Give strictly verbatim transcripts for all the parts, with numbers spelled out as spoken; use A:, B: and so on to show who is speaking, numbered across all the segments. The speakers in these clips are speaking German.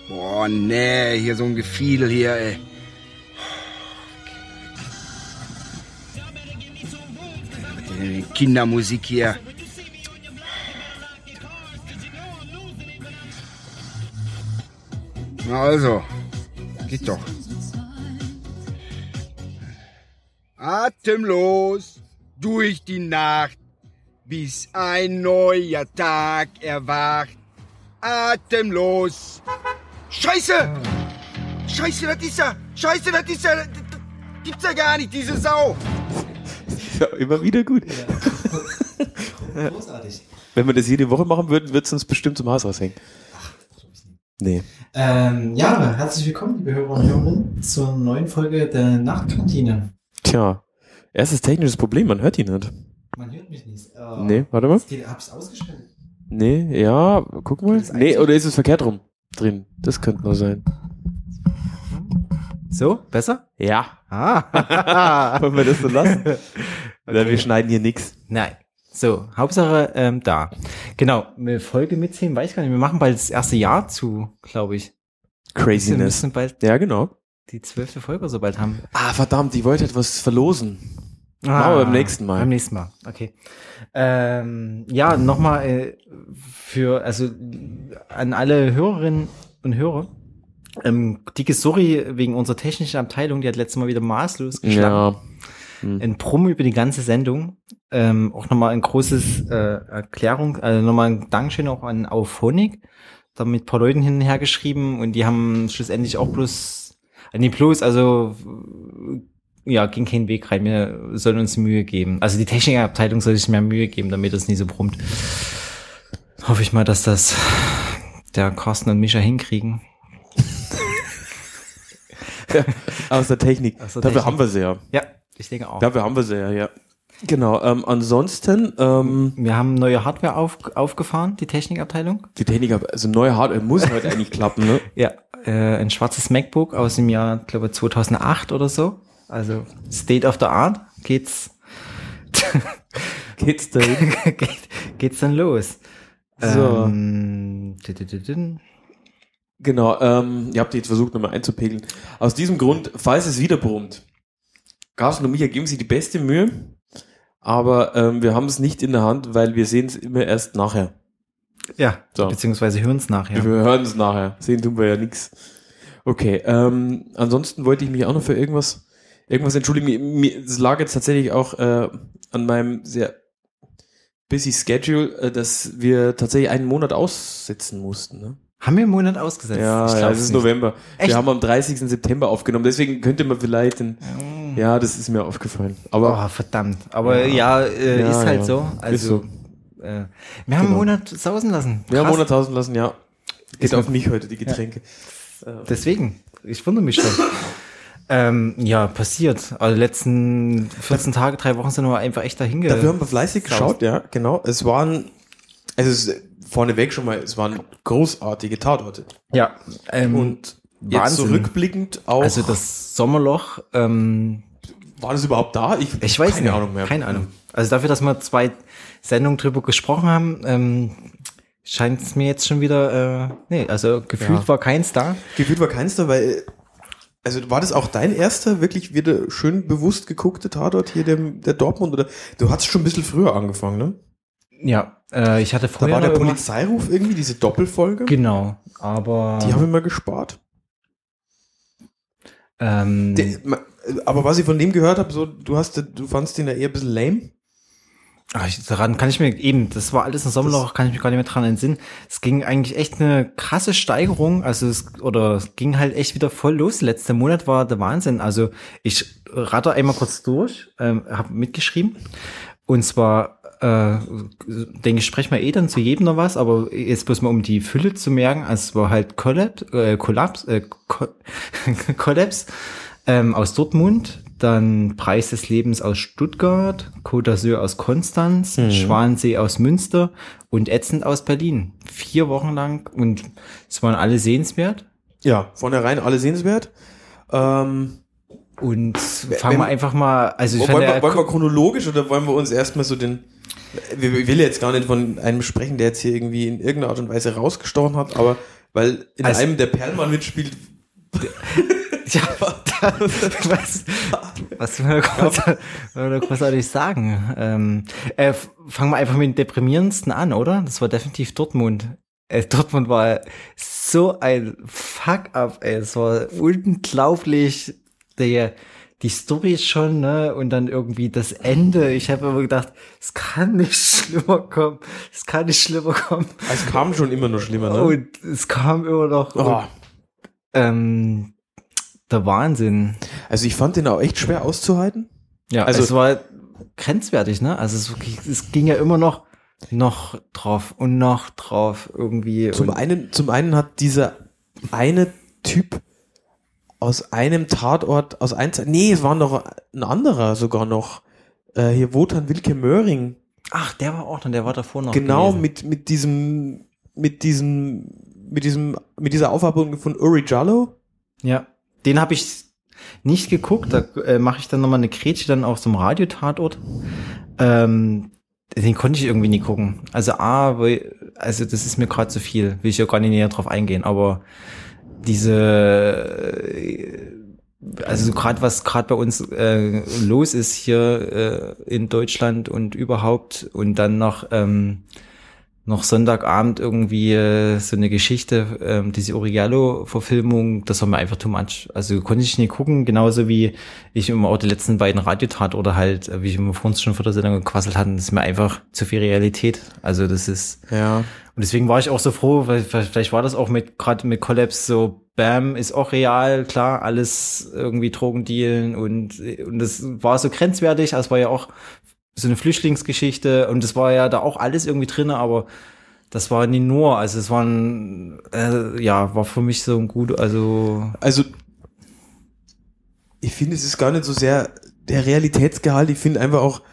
A: Boah, nee, hier so ein Gefiedel hier, ey. Die Kindermusik hier. Na also, geht doch. Atemlos durch die Nacht, bis ein neuer Tag erwacht. Atemlos. Scheiße! Scheiße, das ist er! Scheiße, das ist er! Das gibt's ja gar nicht, diese Sau!
B: Ja, immer wieder gut. Ja. Großartig. Wenn wir das jede Woche machen würden, wird es uns bestimmt zum Haus raushängen. Ach, nee.
C: Ähm, ja, herzlich willkommen, liebe Hörer und Hörerinnen, zur neuen Folge der Nachtkantine.
B: Tja, erstes technisches Problem, man hört ihn nicht.
C: Man hört mich nicht. Uh,
B: nee, warte mal.
C: Geht, hab's ausgestellt?
B: Nee, ja, guck mal. Nee, oder ist es verkehrt rum drin? Das könnte nur sein.
C: So, besser?
B: Ja.
C: Ah.
B: Wollen wir das so lassen? Okay. Wir schneiden hier nichts.
C: Nein. So, Hauptsache ähm, da. Genau, eine Folge mitzählen, weiß ich gar nicht. Wir machen bald das erste Jahr zu, glaube ich.
B: Craziness.
C: Wir müssen bald
B: ja, genau.
C: Die zwölfte Folge so bald haben.
B: Ah, verdammt, ich wollte etwas verlosen. Ah, machen wir beim nächsten Mal.
C: Beim nächsten Mal, okay. Ähm, ja, nochmal äh, für, also an alle Hörerinnen und Hörer, ähm, dicke Sorry wegen unserer technischen Abteilung, die hat letztes Mal wieder maßlos geschlagen. Ja. Hm. Ein Promo über die ganze Sendung. Ähm, auch nochmal ein großes äh, Erklärung, also nochmal ein Dankeschön auch an Auphonic. Da mit ein paar Leuten hin und her geschrieben und die haben schlussendlich auch bloß, äh, nicht bloß, also ja, ging kein Weg rein. Wir sollen uns Mühe geben. Also die Technikabteilung soll sich mehr Mühe geben, damit das nicht so brummt. Hoffe ich mal, dass das der Carsten und Micha hinkriegen.
B: Ja, aus der Technik.
C: Aus der
B: Dafür
C: Technik.
B: haben wir sie ja.
C: Ja, ich denke auch.
B: Dafür haben wir sie ja, ja. Genau, ähm, ansonsten... Ähm,
C: wir haben neue Hardware auf, aufgefahren, die Technikabteilung.
B: Die Technik, also neue Hardware muss heute eigentlich klappen, ne?
C: Ja, äh, ein schwarzes MacBook aus dem Jahr, glaube ich, zweitausendacht oder so. Also State of the Art, geht's
B: geht's dahin?
C: Geht, geht's dann los.
B: So.
C: Ähm,
B: genau, ähm, ihr habt jetzt versucht nochmal einzupegeln. Aus diesem Grund, falls es wieder brummt, Carsten und Micha geben sich die beste Mühe, aber ähm, wir haben es nicht in der Hand, weil wir sehen es immer erst nachher.
C: Ja,
B: so.
C: Beziehungsweise hören es nachher.
B: Wir hören es nachher, sehen tun wir ja nichts. Okay, ähm, ansonsten wollte ich mich auch noch für irgendwas Irgendwas entschuldigen, es lag jetzt tatsächlich auch äh, an meinem sehr busy Schedule, äh, dass wir tatsächlich einen Monat aussetzen mussten. Ne?
C: Haben wir einen Monat ausgesetzt?
B: Ja, ja, es ist nicht. November.
C: Echt?
B: Wir haben am dreißigsten September aufgenommen, deswegen könnte man vielleicht, den, mm. ja, das ist mir aufgefallen. Aber
C: oh, verdammt. Aber ja, ja, äh,
B: ja
C: ist halt
B: ja.
C: so. Also,
B: so.
C: Äh, wir haben genau. einen Monat sausen lassen.
B: Krass. Wir haben einen Monat sausen lassen, ja. Geht auf mich heute, die Getränke.
C: Ja. Deswegen, ich wundere mich schon. Ähm, ja, passiert. Also letzten vierzehn Tage, drei Wochen sind wir einfach echt dahin ge-
B: Dafür haben wir fleißig geschaut, ja, genau. Es waren, also es ist vorneweg schon mal, es waren großartige Tatorte.
C: Ja. Ähm,
B: und jetzt zurückblickend auch.
C: Also das Sommerloch, ähm,
B: war das überhaupt da? Ich,
C: ich weiß
B: keine
C: nicht.
B: Ahnung mehr.
C: Keine Ahnung. Also dafür, dass wir zwei Sendungen drüber gesprochen haben, ähm, scheint es mir jetzt schon wieder, äh, nee, also gefühlt ja. war keins da.
B: Gefühlt war keins da, weil also war das auch dein erster, wirklich wieder schön bewusst geguckte Tatort hier, der, der Dortmund? Oder du hattest schon ein bisschen früher angefangen, ne?
C: Ja, äh, ich hatte vorher...
B: Da war der Polizeiruf irgendwie, diese Doppelfolge.
C: Genau, aber...
B: Die haben wir mal gespart.
C: Ähm,
B: der, aber was ich von dem gehört habe, so, du hast, du fandst den ja eher ein bisschen lame.
C: Ach, ich, daran kann ich mir eben, das war alles ein Sommerloch, kann ich mich gar nicht mehr dran entsinnen. Es ging eigentlich echt eine krasse Steigerung, also es, oder es ging halt echt wieder voll los. Letzter Monat war der Wahnsinn. Also ich rate einmal kurz durch, ähm, habe mitgeschrieben. Und zwar, äh, denke ich, sprechen wir eh dann zu jedem noch was, aber jetzt bloß mal um die Fülle zu merken, also es war halt Kollaps, äh, Kollaps, äh, Kollaps ähm, aus Dortmund. Dann Preis des Lebens aus Stuttgart, Côte d'Azur aus Konstanz, mhm. Schwansee aus Münster und Ätzend aus Berlin. Vier Wochen lang und es waren alle sehenswert.
B: Ja, vornherein alle sehenswert. Ähm,
C: und fangen wenn, wir einfach mal, also ich
B: wollen,
C: fand,
B: wir, wollen wir chronologisch oder wollen wir uns erstmal so den, ich will jetzt gar nicht von einem sprechen, der jetzt hier irgendwie in irgendeiner Art und Weise rausgestochen hat, aber weil in
C: Also-
B: einem der Perlmann mitspielt.
C: Ja, was, was will man groß, will man großartig sagen? Ähm, äh, f- fangen wir einfach mit dem deprimierendsten an, oder? Das war definitiv Dortmund. Äh, Dortmund war so ein Fuck-up, ey. Es war unglaublich, der, die Story schon, ne? Und dann irgendwie das Ende. Ich habe immer gedacht, es kann nicht schlimmer kommen. Es kann nicht schlimmer kommen.
B: Es kam schon immer noch schlimmer, ne?
C: Und es kam immer noch.
B: Oh.
C: Und, ähm, der Wahnsinn.
B: Also ich fand den auch echt schwer auszuhalten.
C: Ja,
B: Also-
C: also es war grenzwertig, ne? Also es, es ging ja immer noch noch drauf und noch drauf irgendwie.
B: Zum
C: und,
B: einen, zum einen hat dieser eine Typ aus einem Tatort, aus ein, nee, es war noch ein anderer sogar noch, äh, hier Wotan Wilke Möhring.
C: ach, der war auch noch, der war davor noch.
B: Genau,
C: gewesen.
B: mit, mit diesem, mit diesem, mit diesem, mit dieser Aufarbeitung von Uri Jallo.
C: Ja, den habe ich nicht geguckt. Da äh, mache ich dann nochmal eine Grätsche dann auf so einem Radiotatort. Ähm, den konnte ich irgendwie nie gucken. Also A, weil, also das ist mir gerade zu viel. Will ich ja gar nicht näher drauf eingehen. Aber diese, äh, also gerade was gerade bei uns äh, los ist hier äh, in Deutschland und überhaupt und dann noch ähm, noch Sonntagabend irgendwie äh, so eine Geschichte, ähm, diese Origello-Verfilmung, das war mir einfach too much. Also konnte ich nicht gucken, genauso wie ich immer auch die letzten beiden Radiotat oder halt, äh, wie ich immer vor uns schon vor der Sendung gequasselt hatten, das ist mir einfach zu viel Realität. Also das ist,
B: Ja.
C: und deswegen war ich auch so froh, weil vielleicht war das auch mit, gerade mit Collapse so, Bam, ist auch real, klar, alles irgendwie Drogendealen und, und das war so grenzwertig, also es war ja auch so eine Flüchtlingsgeschichte und das war ja da auch alles irgendwie drin, aber das war nie nur, also es waren, äh, ja, war für mich so ein gut, also,
B: Also, ich finde, es ist gar nicht so sehr der Realitätsgehalt, ich finde einfach auch,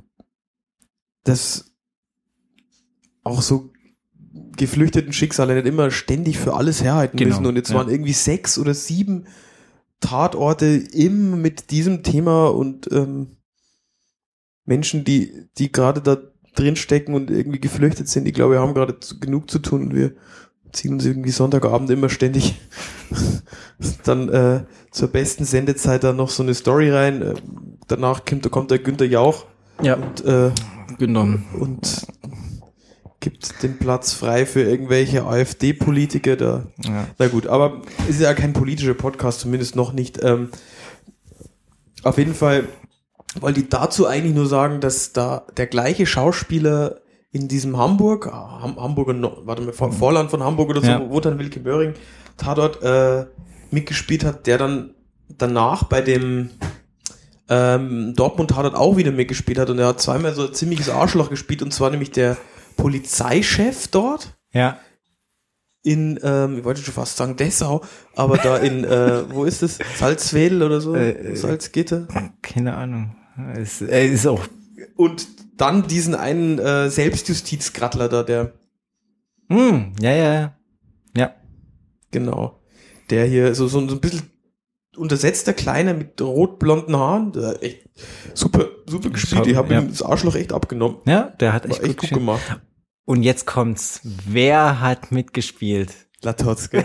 B: dass auch so geflüchteten Schicksale nicht immer ständig für alles herhalten
C: Genau,
B: müssen und jetzt
C: ja.
B: waren irgendwie sechs oder sieben Tatorte immer mit diesem Thema und ähm, Menschen, die, die gerade da drin stecken und irgendwie geflüchtet sind, ich glaube, wir haben gerade zu, genug zu tun und wir ziehen uns irgendwie Sonntagabend immer ständig dann äh, zur besten Sendezeit dann noch so eine Story rein. Äh, danach kommt, da kommt der Günther Jauch
C: ja,
B: und, äh,
C: genommen.
B: und gibt den Platz frei für irgendwelche AfD-Politiker da.
C: Ja.
B: Na gut, aber es ist ja kein politischer Podcast, zumindest noch nicht. Ähm, auf jeden Fall wollte ich dazu eigentlich nur sagen, dass da der gleiche Schauspieler in diesem Hamburg, ah, Ham, Hamburger, no, warte mal, Vor- Vorland von Hamburg oder so,
C: Ja.
B: wo dann Wilke Möhring Tatort äh, mitgespielt hat, der dann danach bei dem ähm, Dortmund Tatort auch wieder mitgespielt hat und er hat zweimal so ein ziemliches Arschloch gespielt und zwar nämlich der Polizeichef dort
C: Ja.
B: in, ähm, ich wollte schon fast sagen Dessau, aber da in, äh, wo ist es? Salzwedel oder so?
C: Äh, äh,
B: Salzgitter?
C: Keine Ahnung. Es äh, ist auch,
B: Und dann diesen einen äh, Selbstjustizgrattler da, der,
C: hm, ja, ja, ja. Ja.
B: genau, der hier so, so, so ein bisschen untersetzter Kleiner mit rot-blonden Haaren, der echt super, super gespielt. Ich habe
C: Ja.
B: ihm das Arschloch echt abgenommen.
C: Ja, der hat
B: War
C: echt,
B: echt
C: gut,
B: gut
C: gut
B: gemacht.
C: Und jetzt kommt's. Wer hat mitgespielt?
B: Latotzke.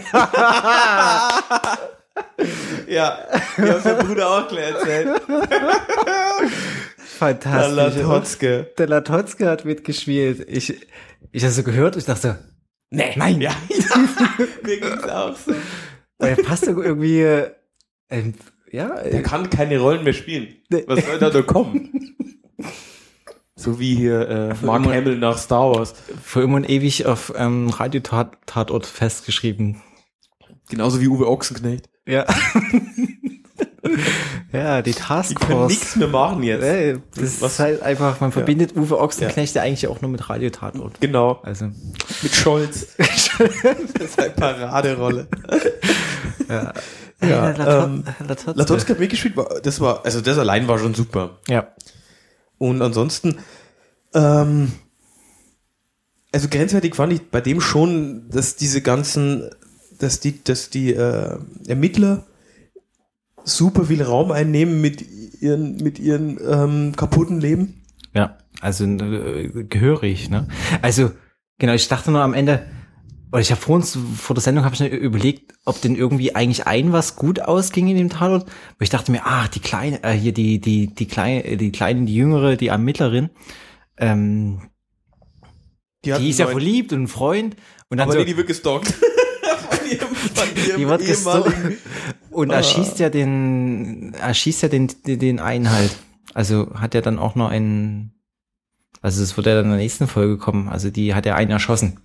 B: Ja, ich hab's der Bruder auch gleich erzählt.
C: Fantastisch.
B: Latotzke.
C: Der Latotzke hat mitgespielt. Ich, ich habe so gehört und ich dachte so,
B: Nee.
C: nein.
B: Ja, mir ging's auch so.
C: Er passt doch irgendwie, äh, ähm, ja,
B: Der
C: äh,
B: kann keine Rollen mehr spielen.
C: Nee.
B: Was soll da nur kommen? So wie hier äh, Mark
C: immer-
B: Hamill nach Star Wars.
C: für immer und ewig auf ähm, Radiotatort festgeschrieben.
B: Genauso wie Uwe Ochsenknecht.
C: Ja. Ja, die
B: Die können
C: Taskforce.
B: nichts mehr machen jetzt.
C: Ey, das
B: Was-
C: ist halt einfach, man verbindet Uwe Ochsenknecht ja eigentlich auch nur mit Radiotatort.
B: Genau.
C: Also,
B: Mit Scholz. Das ist eine Paraderolle.
C: ja.
B: Ja,
C: Hey, Latot-
B: ähm,
C: Latotzke.
B: Latotzke hat mitgespielt, war, das war, also das allein war schon super.
C: Ja.
B: Und ansonsten, ähm, also grenzwertig fand ich bei dem schon, dass diese ganzen, dass die, dass die äh, Ermittler super viel Raum einnehmen mit ihren, mit ihren ähm, kaputten Leben.
C: Ja, also äh, gehörig, ne? Also, genau, ich dachte nur am Ende, oder ich habe vor uns, vor der Sendung habe ich mir überlegt, ob denn irgendwie eigentlich ein was gut ausging in dem Tatort. Weil ich dachte mir, ach, die Kleine, äh, hier die, die, die Kleine, die Kleine, die Jüngere, die Ermittlerin, ähm,
B: Die,
C: die ist ja verliebt und ein Freund. Und dann
B: aber
C: so,
B: nee, die wird gestalkt. Von ihrem- von ihrem
C: die wird gestalkt.
B: ehemaligen-
C: Und er schießt ja den, er schießt ja den, den, den einen halt. Also hat er dann auch noch einen, also das wird ja dann in der nächsten Folge kommen. Also die hat ja einen erschossen.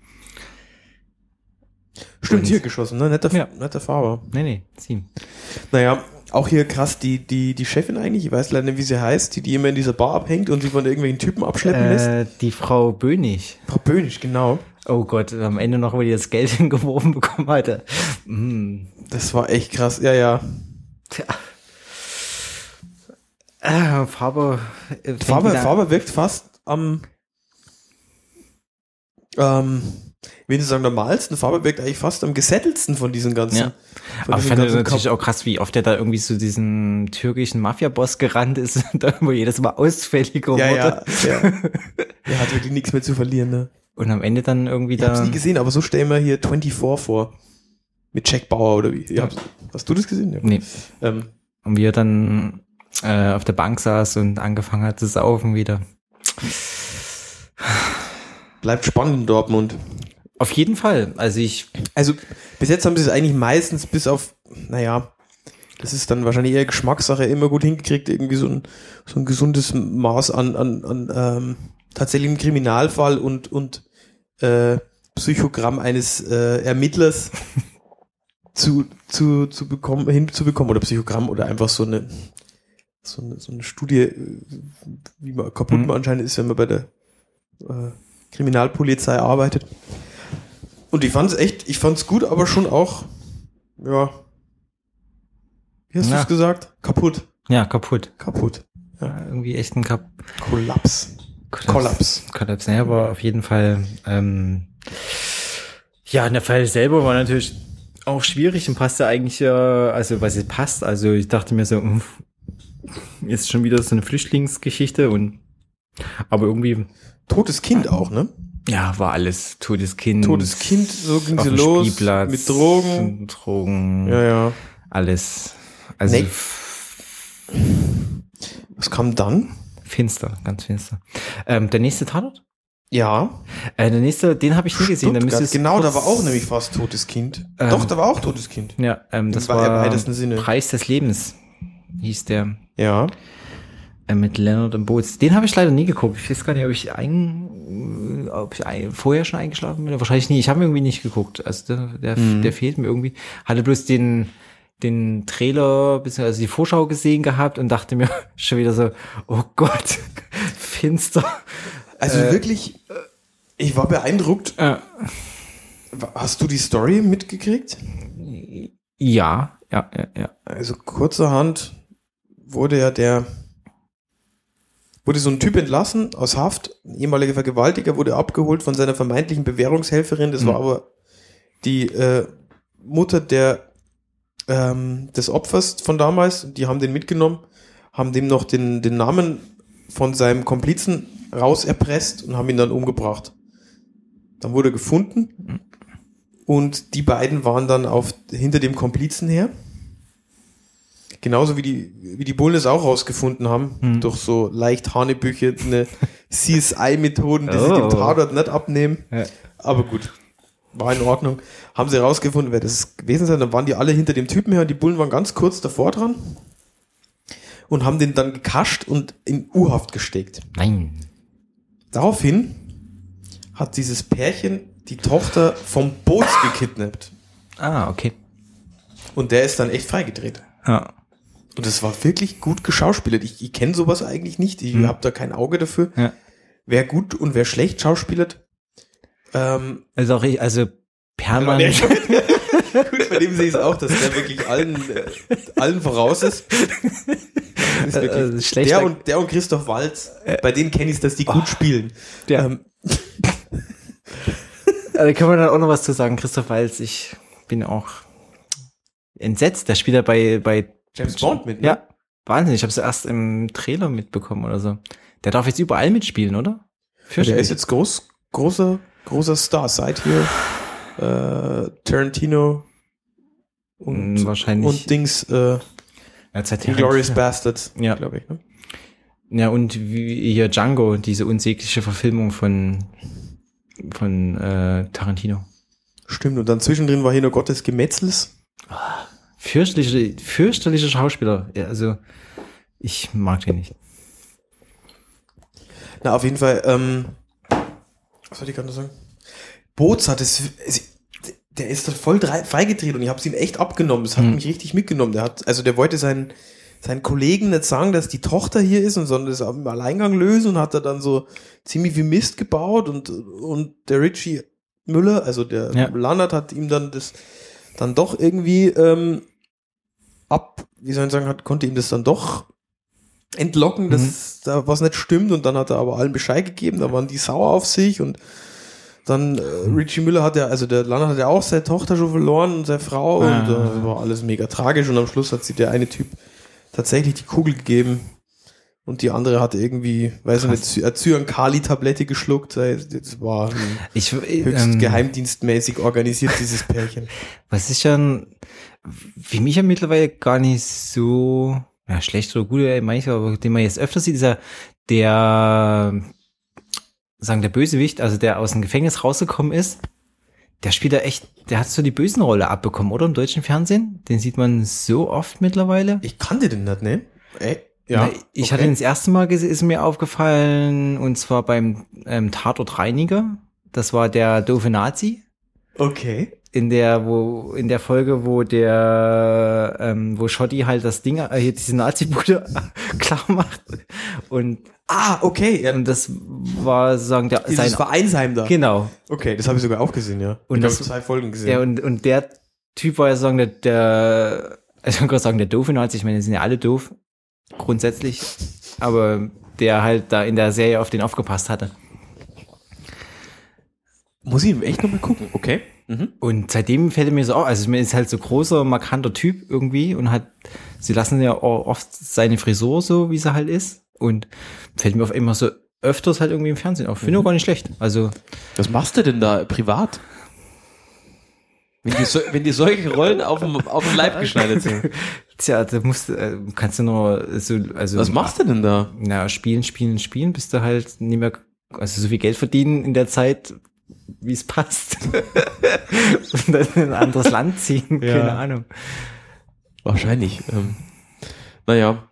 B: Stimmt,
C: Und-
B: hier geschossen, ne? Netter,
C: Ja.
B: netter Fahrer.
C: Nee, nee, sie.
B: Naja, auch hier krass, die, die, die Chefin eigentlich, ich weiß leider nicht, wie sie heißt, die, die immer in dieser Bar abhängt und sie von irgendwelchen Typen abschleppen lässt.
C: Äh, die Frau Bönig.
B: Frau Bönig, genau.
C: Oh Gott, am Ende noch, wo die das Geld hingeworfen bekommen hatte. Mm.
B: Das war echt krass, ja, ja.
C: Tja. Äh, Faber. äh, fängt
B: Faber,
C: wieder-
B: Faber wirkt fast am, ähm, ich will nicht sagen normalsten, Faber wirkt eigentlich fast am gesettelsten von diesen ganzen.
C: Ja.
B: Von
C: Aber ich
B: diesen
C: fand
B: ganzen
C: natürlich
B: Kap-
C: auch krass, wie oft der da irgendwie zu diesem türkischen Mafia-Boss gerannt ist und da immer jedes Mal ausfälliger
B: ja,
C: wurde.
B: ja, ja. Er hat wirklich nichts mehr zu verlieren, ne?
C: Und am Ende dann irgendwie
B: Ich hab's
C: da.
B: nie gesehen, aber so stellen wir hier vierundzwanzig vor. Mit Jack Bauer oder wie? Ja. Hast du das gesehen? Ja.
C: Nee.
B: Ähm,
C: Und wie er dann äh, auf der Bank saß und angefangen hat zu saufen wieder.
B: bleibt spannend in Dortmund.
C: Auf jeden Fall. Also ich.
B: Also bis jetzt haben sie es eigentlich meistens bis auf, naja, das ist dann wahrscheinlich eher Geschmackssache, immer gut hingekriegt, irgendwie so ein, so ein gesundes Maß an, an, an ähm, tatsächlichem Kriminalfall und, und äh, Psychogramm eines äh, Ermittlers zu, zu, zu bekommen, hinzubekommen, oder Psychogramm oder einfach so eine, so eine, so eine Studie, äh, wie man kaputt man anscheinend ist, wenn man bei der äh, Kriminalpolizei arbeitet. Und ich fand's echt, ich fand's gut, aber schon auch, ja, wie hast
C: Ja.
B: du's gesagt? Kaputt.
C: Ja, kaputt.
B: Kaputt.
C: Ja, irgendwie echt ein Kap
B: Kollaps. Kollaps.
C: Kollaps. Naja, aber auf jeden Fall, ähm, ja, der Fall selber war natürlich auch schwierig und passte eigentlich, äh, also was jetzt passt, also ich dachte mir so, mh, ist schon wieder so eine Flüchtlingsgeschichte und, aber irgendwie,
B: Totes Kind auch, ne?
C: ja, war alles totes Kind.
B: Totes Kind, so ging
C: auf
B: sie
C: dem
B: los.
C: Spielplatz,
B: Mit Drogen.
C: Drogen,
B: Ja, ja.
C: alles. Also
B: Nee. Was kam dann?
C: finster, ganz finster. Ähm, der nächste Tatort?
B: Ja.
C: Äh, der nächste, den habe ich nie gesehen. Da
B: Stuttgart.
C: müsstest du
B: Genau, da
C: kurz-
B: war auch nämlich fast Totes Kind.
C: Ähm,
B: Doch, da war auch Totes Kind.
C: Ja, ähm, das
B: Im
C: war
B: weitesten Sinne.
C: Preis des Lebens, hieß der,
B: Ja.
C: äh, mit Leonard und Boots. Den habe ich leider nie geguckt. Ich weiß gar nicht, ob ich, ein, ob ich ein, vorher schon eingeschlafen bin. Wahrscheinlich nie. Ich habe irgendwie nicht geguckt. Also der, der,
B: Mhm.
C: der fehlt mir irgendwie. Hatte bloß den, den Trailer, beziehungsweise die Vorschau gesehen gehabt und dachte mir schon wieder so, oh Gott, finster.
B: Also
C: Äh,
B: wirklich, ich war beeindruckt.
C: Äh,
B: Hast du die Story mitgekriegt?
C: ja, ja, ja, ja.
B: Also kurzerhand wurde ja der, wurde so ein Typ entlassen aus Haft, ein ehemaliger Vergewaltiger, wurde abgeholt von seiner vermeintlichen Bewährungshelferin, das
C: Mhm.
B: war aber die äh, Mutter der ähm, des Opfers von damals, die haben den mitgenommen, haben dem noch den, den Namen von seinem Komplizen rauserpresst und haben ihn dann umgebracht. Dann wurde er gefunden und die beiden waren dann auf, hinter dem Komplizen her. Genauso wie die, wie die Bullen es auch rausgefunden haben,
C: Hm.
B: durch so leicht hanebüchene C S I-Methoden, die sie
C: Oh.
B: dem Tatort nicht abnehmen.
C: Ja.
B: Aber gut, war in Ordnung. Haben sie rausgefunden, wer das gewesen sein. Dann waren die alle hinter dem Typen her und die Bullen waren ganz kurz davor dran und haben den dann gekascht und in U-Haft gesteckt.
C: Nein.
B: Daraufhin hat dieses Pärchen die Tochter vom Boots gekidnappt.
C: Ah, okay.
B: Und der ist dann echt freigedreht.
C: Ja.
B: Und das war wirklich gut geschauspielert. Ich, ich kenne sowas eigentlich nicht. Ich
C: Hm.
B: habe da kein Auge dafür.
C: Ja.
B: Wer gut und wer schlecht schauspielert. Ähm,
C: Also auch ich, also Perlmann.
B: der, gut, bei dem sehe ich es auch, dass der wirklich allen, äh, allen voraus ist. Das ist wirklich,
C: Also schlechter-
B: der, und, der und Christoph Waltz, bei denen kenne ich es, dass die gut spielen.
C: Ja.
B: Ähm,
C: Da kann man dann auch noch was zu sagen. Christoph Waltz, ich bin auch entsetzt. Der spielt ja bei, bei
B: James Bond mit, ne?
C: Ja, Wahnsinn. Ich habe es erst im Trailer mitbekommen oder so. Der darf jetzt überall mitspielen, oder?
B: Der ist jetzt groß, großer, großer Star. Seit hier äh, Tarantino und,
C: wahrscheinlich
B: und Dings äh, Inglourious Bastards,
C: ja.
B: glaube ich. Ne?
C: Ja, und wie hier Django, diese unsägliche Verfilmung von von äh, Tarantino.
B: Stimmt, und dann zwischendrin war hier noch Gottes Gemetzels.
C: Fürchterliche, fürchterliche Schauspieler. Ja, also ich mag den nicht.
B: Na, auf jeden Fall, ähm, was wollte ich gerade noch sagen? Boots hat es, es der ist da voll drei, freigedreht und ich habe es ihm echt abgenommen. Das hat hm. mich richtig mitgenommen. Der hat, also der wollte seinen, seinen Kollegen nicht sagen, dass die Tochter hier ist, und sondern das im Alleingang lösen, und hat da dann so ziemlich viel Mist gebaut, und, und der Richie Müller, also der
C: ja.
B: Lannert, hat ihm dann das dann doch irgendwie ähm, ab, wie soll ich sagen, hat, konnte ihm das dann doch entlocken, dass mhm. da was nicht stimmt, und dann hat er aber allen Bescheid gegeben, da waren die sauer auf sich, und dann äh, Richie Müller hat ja, also der Lannert hat ja auch seine Tochter schon verloren und seine Frau, ah. und äh, war alles mega tragisch, und am Schluss hat sie der eine Typ tatsächlich die Kugel gegeben, und die andere hat irgendwie, weiß ich nicht, eine Zyankali-Tablette geschluckt. Das war
C: ich,
B: höchst
C: ähm,
B: geheimdienstmäßig organisiert, dieses Pärchen.
C: Was ist ja für mich ja mittlerweile gar nicht so ja, schlecht oder gut, manchmal, aber den man jetzt öfter sieht, ist ja der, sagen der Bösewicht, also der aus dem Gefängnis rausgekommen ist, der spielt da echt, der hat so die Bösenrolle abbekommen, oder? Im deutschen Fernsehen? Den sieht man so oft mittlerweile.
B: Ich kannte den nicht, ne? Ey. Ja,
C: ich
B: okay.
C: hatte ihn das erste Mal gesehen, ist mir aufgefallen, und zwar beim ähm, Tatort Reiniger. Das war der doofe Nazi.
B: Okay.
C: In der, wo, in der Folge, wo der, ähm, wo Schotti halt das Ding, äh, hier diese Nazi-Bude klar macht. Und,
B: ah, okay. Ja.
C: Und das war sozusagen der,
B: Dieses
C: sein
B: Vereinsheim da.
C: Genau.
B: Okay, das habe ich sogar auch gesehen, ja.
C: Und
B: ich habe
C: das,
B: zwei Folgen gesehen.
C: Ja, und, und der Typ war ja sozusagen der, der, also ich kann gerade sagen, der doofe Nazi, ich meine, die sind ja alle doof. Grundsätzlich, aber der halt da in der Serie auf den aufgepasst hatte.
B: Muss ich ihm echt nochmal gucken, okay. Mhm.
C: Und seitdem fällt er mir so auf, also er ist halt so großer, markanter Typ irgendwie, und hat, sie lassen ja auch oft seine Frisur so, wie sie halt ist, und fällt mir auf immer so öfters halt irgendwie im Fernsehen auf. Finde ich mhm. auch gar nicht schlecht. Also.
B: Was machst du denn da privat? Wenn dir, so, wenn dir solche Rollen auf dem, auf dem Leib geschneidert sind.
C: Tja, da musst äh, kannst du nur so, also.
B: Was machst du denn da?
C: Na, spielen, spielen, spielen, bis du halt nicht mehr, also so viel Geld verdienen in der Zeit, wie es passt. Und dann in ein anderes Land ziehen, ja. Keine Ahnung.
B: Wahrscheinlich. Ähm, naja.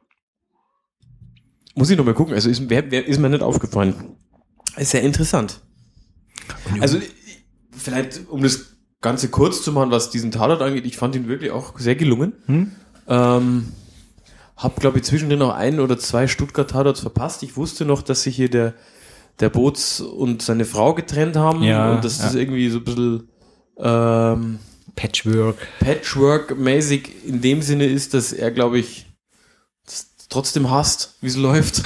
B: Muss ich noch mal gucken. Also ist, wer, wer, ist mir nicht aufgefallen. Ist sehr interessant. Also vielleicht, um das Ganze kurz zu machen, was diesen Tatort angeht, ich fand ihn wirklich auch sehr gelungen. Hm? Ähm, hab, glaube ich, zwischendrin noch ein oder zwei Stuttgart-Tatorts verpasst. Ich wusste noch, dass sich hier der, der Boots und seine Frau getrennt haben,
C: ja,
B: und dass
C: ja.
B: das irgendwie so ein bisschen ähm,
C: Patchwork.
B: Patchwork-mäßig in dem Sinne ist, dass er, glaube ich, trotzdem hasst, wie es läuft.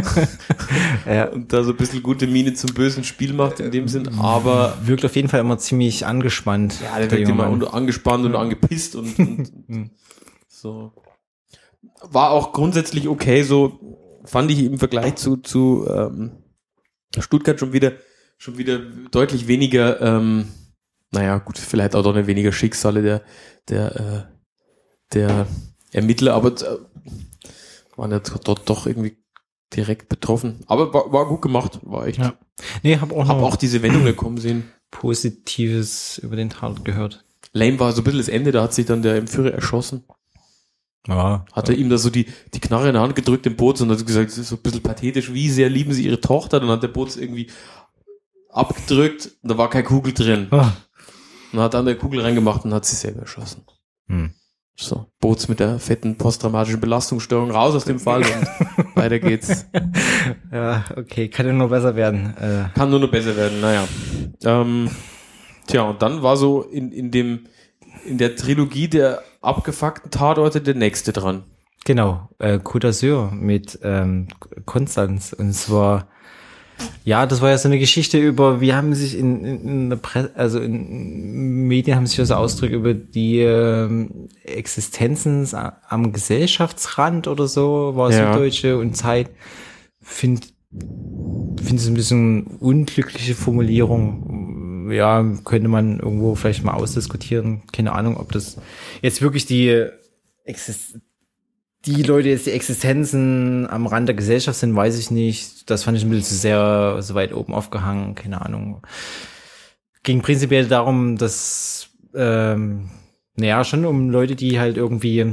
B: Ja. Und da so ein bisschen gute Miene zum bösen Spiel macht in dem Sinn, aber
C: wirkt auf jeden Fall immer ziemlich angespannt.
B: Ja, der wirkt immer Mann. angespannt und angepisst und, und so. War auch grundsätzlich okay, so fand ich im Vergleich zu, zu ähm, Stuttgart schon wieder schon wieder deutlich weniger, ähm, naja, gut, vielleicht auch doch nicht weniger Schicksale der der äh, der Ermittler, aber äh, waren ja dort doch irgendwie direkt betroffen. Aber war, war gut gemacht, war echt.
C: Ja. Nee, hab auch,
B: hab auch diese Wendungen kommen sehen.
C: Positives über den Tatort gehört.
B: Lame war so ein bisschen das Ende, da hat sich dann der Entführer erschossen.
C: Ja.
B: Hat er ihm da so die, die Knarre in der Hand gedrückt, dem Boots, und hat gesagt, das ist so ein bisschen pathetisch, wie sehr lieben sie ihre Tochter? Dann hat der Boots irgendwie abgedrückt, und da war keine Kugel drin. Oh. Und hat dann eine Kugel reingemacht und hat sie selber erschossen. Hm. So, Boots mit der fetten posttraumatischen Belastungsstörung raus aus dem Fall und weiter geht's.
C: Ja, okay, kann ja nur besser werden.
B: Äh. Kann nur noch besser werden, naja. Ähm, tja, und dann war so in, in dem, in der Trilogie der abgefuckten Tatorte der nächste dran.
C: Genau, äh, Côte d'Azur mit ähm, Konstanz, und zwar ja, das war ja so eine Geschichte über, wie haben sich in, in, in der Presse, also in Medien haben sich ja so Ausdrücke über die ähm, Existenzen am Gesellschaftsrand oder so, war
B: ja.
C: Süddeutsche und Zeit. Find, finde es ein bisschen unglückliche Formulierung. ja, könnte man irgendwo vielleicht mal ausdiskutieren. Keine Ahnung, ob das jetzt wirklich die Exist die Leute jetzt die Existenzen am Rand der Gesellschaft sind, weiß ich nicht. Das fand ich ein bisschen zu sehr so weit oben aufgehangen, keine Ahnung. Ging prinzipiell darum, dass ähm, naja, schon um Leute, die halt irgendwie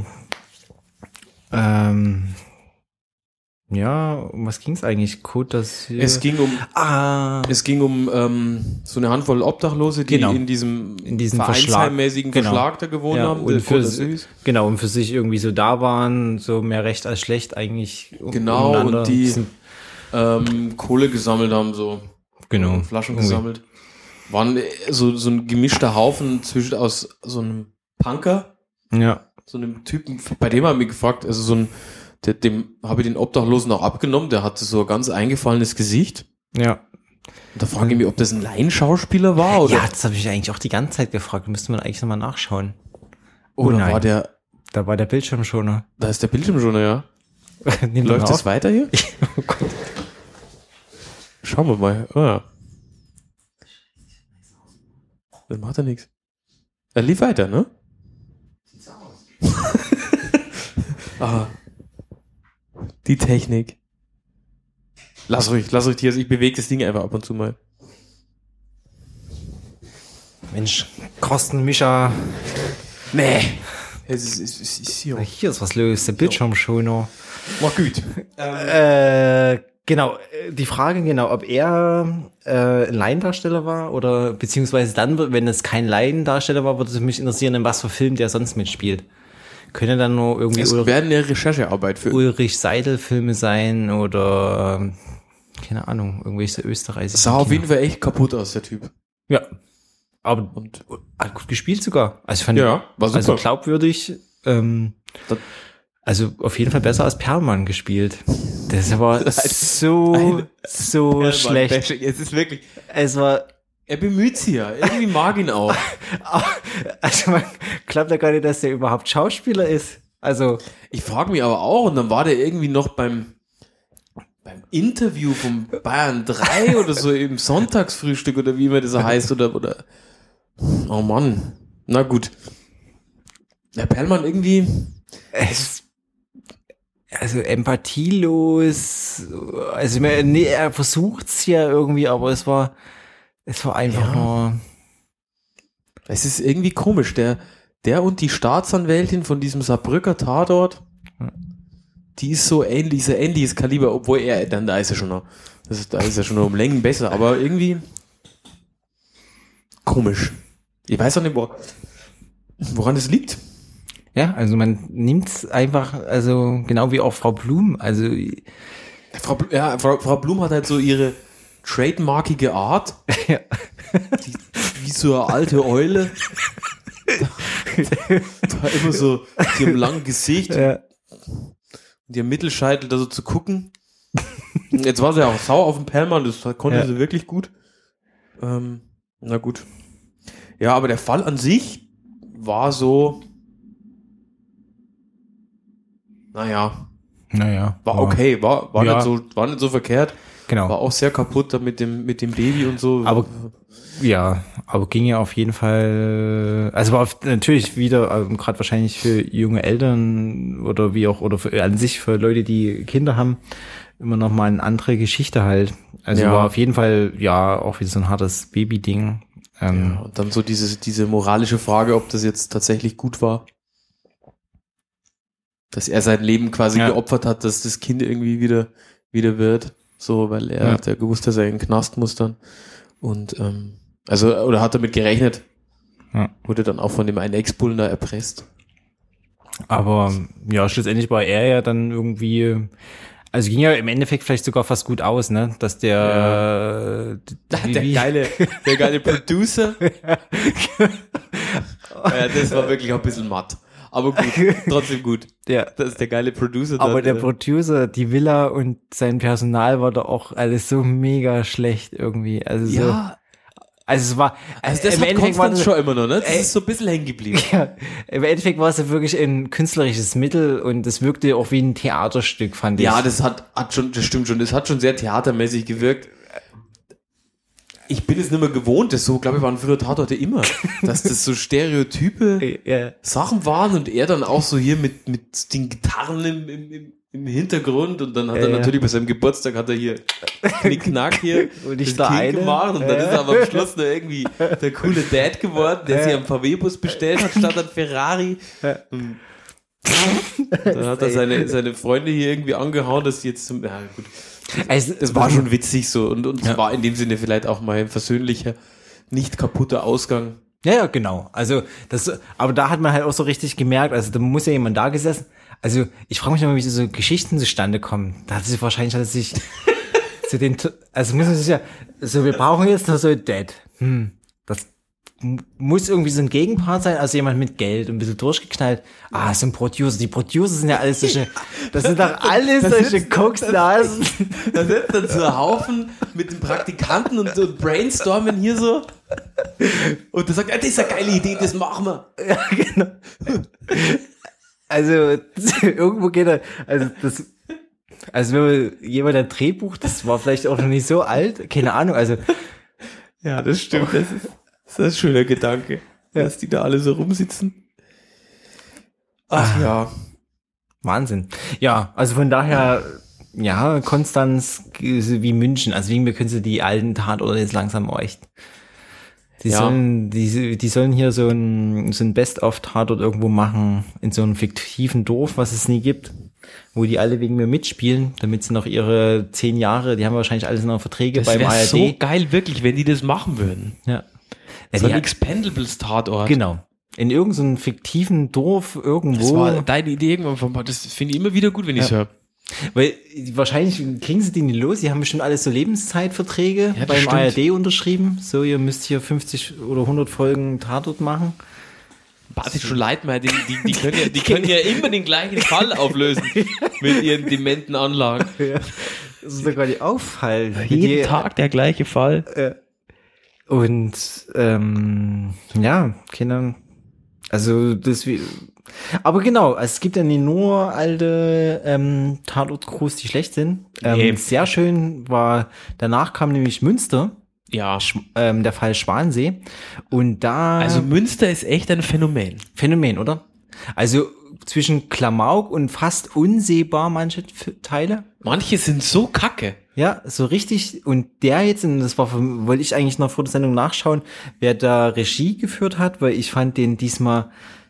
C: ähm, ja, um was ging es eigentlich? Code, das hier?
B: Es ging um,
C: ah,
B: es ging um ähm, so eine Handvoll Obdachlose, die
C: Genau.
B: in diesem,
C: In diesem
B: vereinsheimmäßigen
C: Verschlag.
B: Verschlag da gewohnt
C: ja,
B: haben.
C: und
B: der
C: für,
B: Côte d'Azur.
C: genau, und für sich irgendwie so da waren, so mehr recht als schlecht eigentlich. um-
B: Genau,
C: umeinander.
B: und die
C: Sind-
B: ähm, Kohle gesammelt haben, so
C: genau.
B: Flaschen
C: Irgendwie.
B: gesammelt. Waren äh, so, so ein gemischter Haufen zwischen aus so einem Punker,
C: Ja.
B: so einem Typen, bei dem habe ich mich gefragt, also so ein, der, dem habe ich den Obdachlosen auch abgenommen, der hatte so ein ganz eingefallenes Gesicht.
C: Ja.
B: Und da frage ich mich, ob das ein Laienschauspieler war oder,
C: Ja, das habe ich eigentlich auch die ganze Zeit gefragt. Müsste man eigentlich nochmal nachschauen.
B: oder
C: oh nein.
B: war der,
C: Da war der Bildschirm schon, ne?
B: da ist der Bildschirm schon, ja.
C: Nimm
B: Läuft
C: mal
B: das
C: auf.
B: weiter hier?
C: Oh Gott.
B: Schauen wir mal. Ah, ja. Das macht er nichts. Er lief weiter, ne? Ah. Die Technik. Lass ruhig, lass ruhig, Tiers. Ich bewege das Ding einfach ab und zu mal.
C: Mensch, Kosten, Mischa.
B: Nee. Es ist, es ist, es ist hier.
C: Hier ist was los. Der Bildschirm schon noch.
B: Mach gut.
C: Äh, genau, äh, die Frage genau, ob er äh, ein Laiendarsteller war oder beziehungsweise dann, wenn es kein Laiendarsteller war, würde es mich interessieren, in was für Film der sonst mitspielt. Könnte dann nur irgendwie
B: Es
C: Ul-
B: wäre eine Recherchearbeit für.
C: Ulrich Seidel-Filme sein oder ähm, keine Ahnung, irgendwelche österreichischen.
B: Sah auf
C: Kino.
B: jeden Fall echt kaputt aus, der Typ.
C: Ja, aber
B: Und
C: hat gut gespielt sogar. Also ich fand
B: Ja, war super.
C: also glaubwürdig. Ähm,
B: Das-
C: also auf jeden Fall besser als Perlmann gespielt. Das war so
B: ein-
C: so schlecht.
B: Bashing. Es ist wirklich.
C: Es war
B: Er bemüht sich ja. Irgendwie mag ihn auch.
C: also man glaubt ja gar nicht, dass der überhaupt Schauspieler ist. Also
B: Ich frage mich aber auch, und dann war der irgendwie noch beim, beim Interview vom Bayern drei oder so im Sonntagsfrühstück oder wie immer das heißt oder, oder, oh Mann. Na gut. Der Perlmann irgendwie,
C: es also empathielos. Also ich meine, nee, er versucht's ja irgendwie, aber es war es war einfach
B: Ja.
C: nur
B: es ist irgendwie komisch. Der, der und die Staatsanwältin von diesem Saarbrücker Tatort, die ist so ähnlich, so ähnliches Kaliber, obwohl er, dann da ist er schon noch, das ist, da ist er schon noch um Längen besser, aber irgendwie komisch. Ich weiß auch nicht, wo, woran das liegt.
C: ja, also man nimmt's einfach, also genau wie auch Frau Blum, also
B: Frau, Bl- ja, Frau, Frau Blum hat halt so ihre trademarkige Art,
C: ja.
B: die, wie so eine alte Eule. Da, da immer so, mit ihrem langen Gesicht
C: Ja.
B: und ihrem Mittelscheitel da so zu gucken. Jetzt war sie ja auch sauer auf den Perlmann, das konnte
C: Ja.
B: sie wirklich gut. Ähm, na gut. Ja, aber der Fall an sich war so, naja,
C: Naja.
B: war okay, war, war,
C: Ja.
B: nicht so, war nicht so verkehrt.
C: Genau.
B: War auch sehr kaputt da mit dem, mit dem Baby und so.
C: Aber ja, aber ging ja auf jeden Fall, also war auf, natürlich wieder, ähm, gerade wahrscheinlich für junge Eltern oder wie auch, oder für, an sich für Leute, die Kinder haben, immer noch mal eine andere Geschichte halt. Also
B: Ja.
C: war auf jeden Fall, ja, auch wieder so ein hartes Baby-Ding. Ähm,
B: ja, und dann so diese, diese moralische Frage, ob das jetzt tatsächlich gut war. Dass er sein Leben quasi
C: Ja.
B: geopfert hat, dass das Kind irgendwie wieder, wieder wird. So, weil er
C: Ja.
B: hat ja gewusst, dass er in den Knast muss dann. Und, ähm, also, oder hat damit gerechnet.
C: Ja.
B: Wurde dann auch von dem einen Ex-Bullen da erpresst.
C: Aber ja, schlussendlich war er ja dann irgendwie, also ging ja im Endeffekt vielleicht sogar fast gut aus, ne? Dass der, wie-
B: Der
C: wie-
B: geile, der geile Producer. ja, das war wirklich auch ein bisschen matt. Aber gut, trotzdem gut.
C: der,
B: Das ist der geile Producer.
C: aber der
B: äh,
C: Producer, die Villa und sein Personal war da auch alles so mega schlecht irgendwie. Also so,
B: ja,
C: also es war,
B: also das
C: im
B: hat
C: Endeffekt war
B: Konstanz
C: das,
B: schon immer noch, ne? Das
C: Ey.
B: ist so ein bisschen hängen geblieben.
C: ja, im Endeffekt war es ja wirklich ein künstlerisches Mittel und es wirkte auch wie ein Theaterstück, fand ich.
B: Ja, das hat, hat schon, das stimmt schon, das hat schon sehr theatermäßig gewirkt. ich bin es nicht mehr gewohnt, das so, glaube ich, waren früher Tatorte immer, dass das so Stereotype
C: Ja.
B: Sachen waren und er dann auch so hier mit, mit den Gitarren im, im, im Hintergrund und dann hat
C: Ja,
B: er
C: ja.
B: natürlich bei seinem Geburtstag hat er hier Knickknack hier
C: Und ich
B: das
C: der
B: Kind
C: eine.
B: gemacht und dann
C: Ja.
B: ist er aber am Schluss noch irgendwie der coole Dad geworden, der
C: Ja.
B: sich einen V W-Bus bestellt hat statt einen Ferrari.
C: Ja.
B: Und dann hat er seine, seine Freunde hier irgendwie angehauen, dass sie jetzt zum, ja gut.
C: Also,
B: Das war schon witzig so und, und es
C: Ja.
B: war in dem Sinne vielleicht auch mal ein versöhnlicher, nicht kaputter Ausgang.
C: Ja, ja, genau. Also, das, aber da hat man halt auch so richtig gemerkt, also da muss ja jemand da gesessen. Also, ich frage mich immer, wie so Geschichten zustande kommen. Da hat sich wahrscheinlich, hat er sich zu den, also muss man sich ja, so, wir brauchen jetzt noch so ein Dad. Hm, das m- muss irgendwie so ein Gegenpart sein, also jemand mit Geld, ein bisschen durchgeknallt. Ah, so ein Producer. Die Producer sind ja alles solche, das sind doch alles solche Koksnasen.
B: Da sitzt dann so ein Haufen mit den Praktikanten und, und brainstormen hier so. Und der sagt, ja, das ist eine geile Idee, das machen wir.
C: Ja, genau. Also, irgendwo geht er, also das, also wenn man jemand ein Drehbuch, das war vielleicht auch noch nicht so alt, keine Ahnung, also,
B: Ja, das stimmt. Das ist, das ist ein schöner Gedanke, dass die da alle so rumsitzen. Ach ja.
C: Wahnsinn. Ja, also von daher, ja, Konstanz wie München, also wie wir können sie die alten Tatorte jetzt langsam auch echt. Die
B: Ja.
C: sollen, die, die sollen hier so ein, so ein Best-of-Tatort irgendwo machen, in so einem fiktiven Dorf, was es nie gibt, wo die alle wegen mir mitspielen, damit sie noch ihre zehn Jahre, die haben wahrscheinlich alles noch Verträge
B: Das
C: beim
B: wäre
C: A R
B: so
C: D.
B: geil, wirklich, wenn die das machen würden.
C: Ja. Ja,
B: So
C: die,
B: ein Expendables-Tatort.
C: genau. In irgendeinem fiktiven Dorf irgendwo.
B: Das war deine Idee irgendwann vom Das finde ich immer wieder gut, wenn ich es höre.
C: Weil wahrscheinlich kriegen sie die nicht los. Die haben bestimmt alles so Lebenszeitverträge
B: Ja, das
C: beim
B: stimmt.
C: A R D unterschrieben. So, ihr müsst hier fünfzig oder hundert Folgen Tatort machen.
B: Warte schon leid mal, die, die, die, können ja, die können ja immer den gleichen Fall auflösen mit ihren dementen Anlagen.
C: Ja. Das ist doch gar nicht auffallen.
B: Jeden
C: Die-
B: Tag der gleiche Fall.
C: Und ähm, ja, Kinder. Also das wie. Aber genau, also es gibt ja nicht nur alte ähm, Tatort-Crews, die schlecht sind. Ähm,
B: Nee.
C: Sehr schön war, danach kam nämlich Münster,
B: Ja.
C: Sch- ähm, der Fall Schwansee. Und da
B: Also Münster ist echt ein Phänomen.
C: Phänomen, oder? Also zwischen Klamauk und fast unsehbar manche F- Teile.
B: Manche sind so kacke.
C: Ja, so richtig. Und der jetzt, und das war, wollte ich eigentlich noch vor der Sendung nachschauen, wer da Regie geführt hat, weil ich fand den diesmal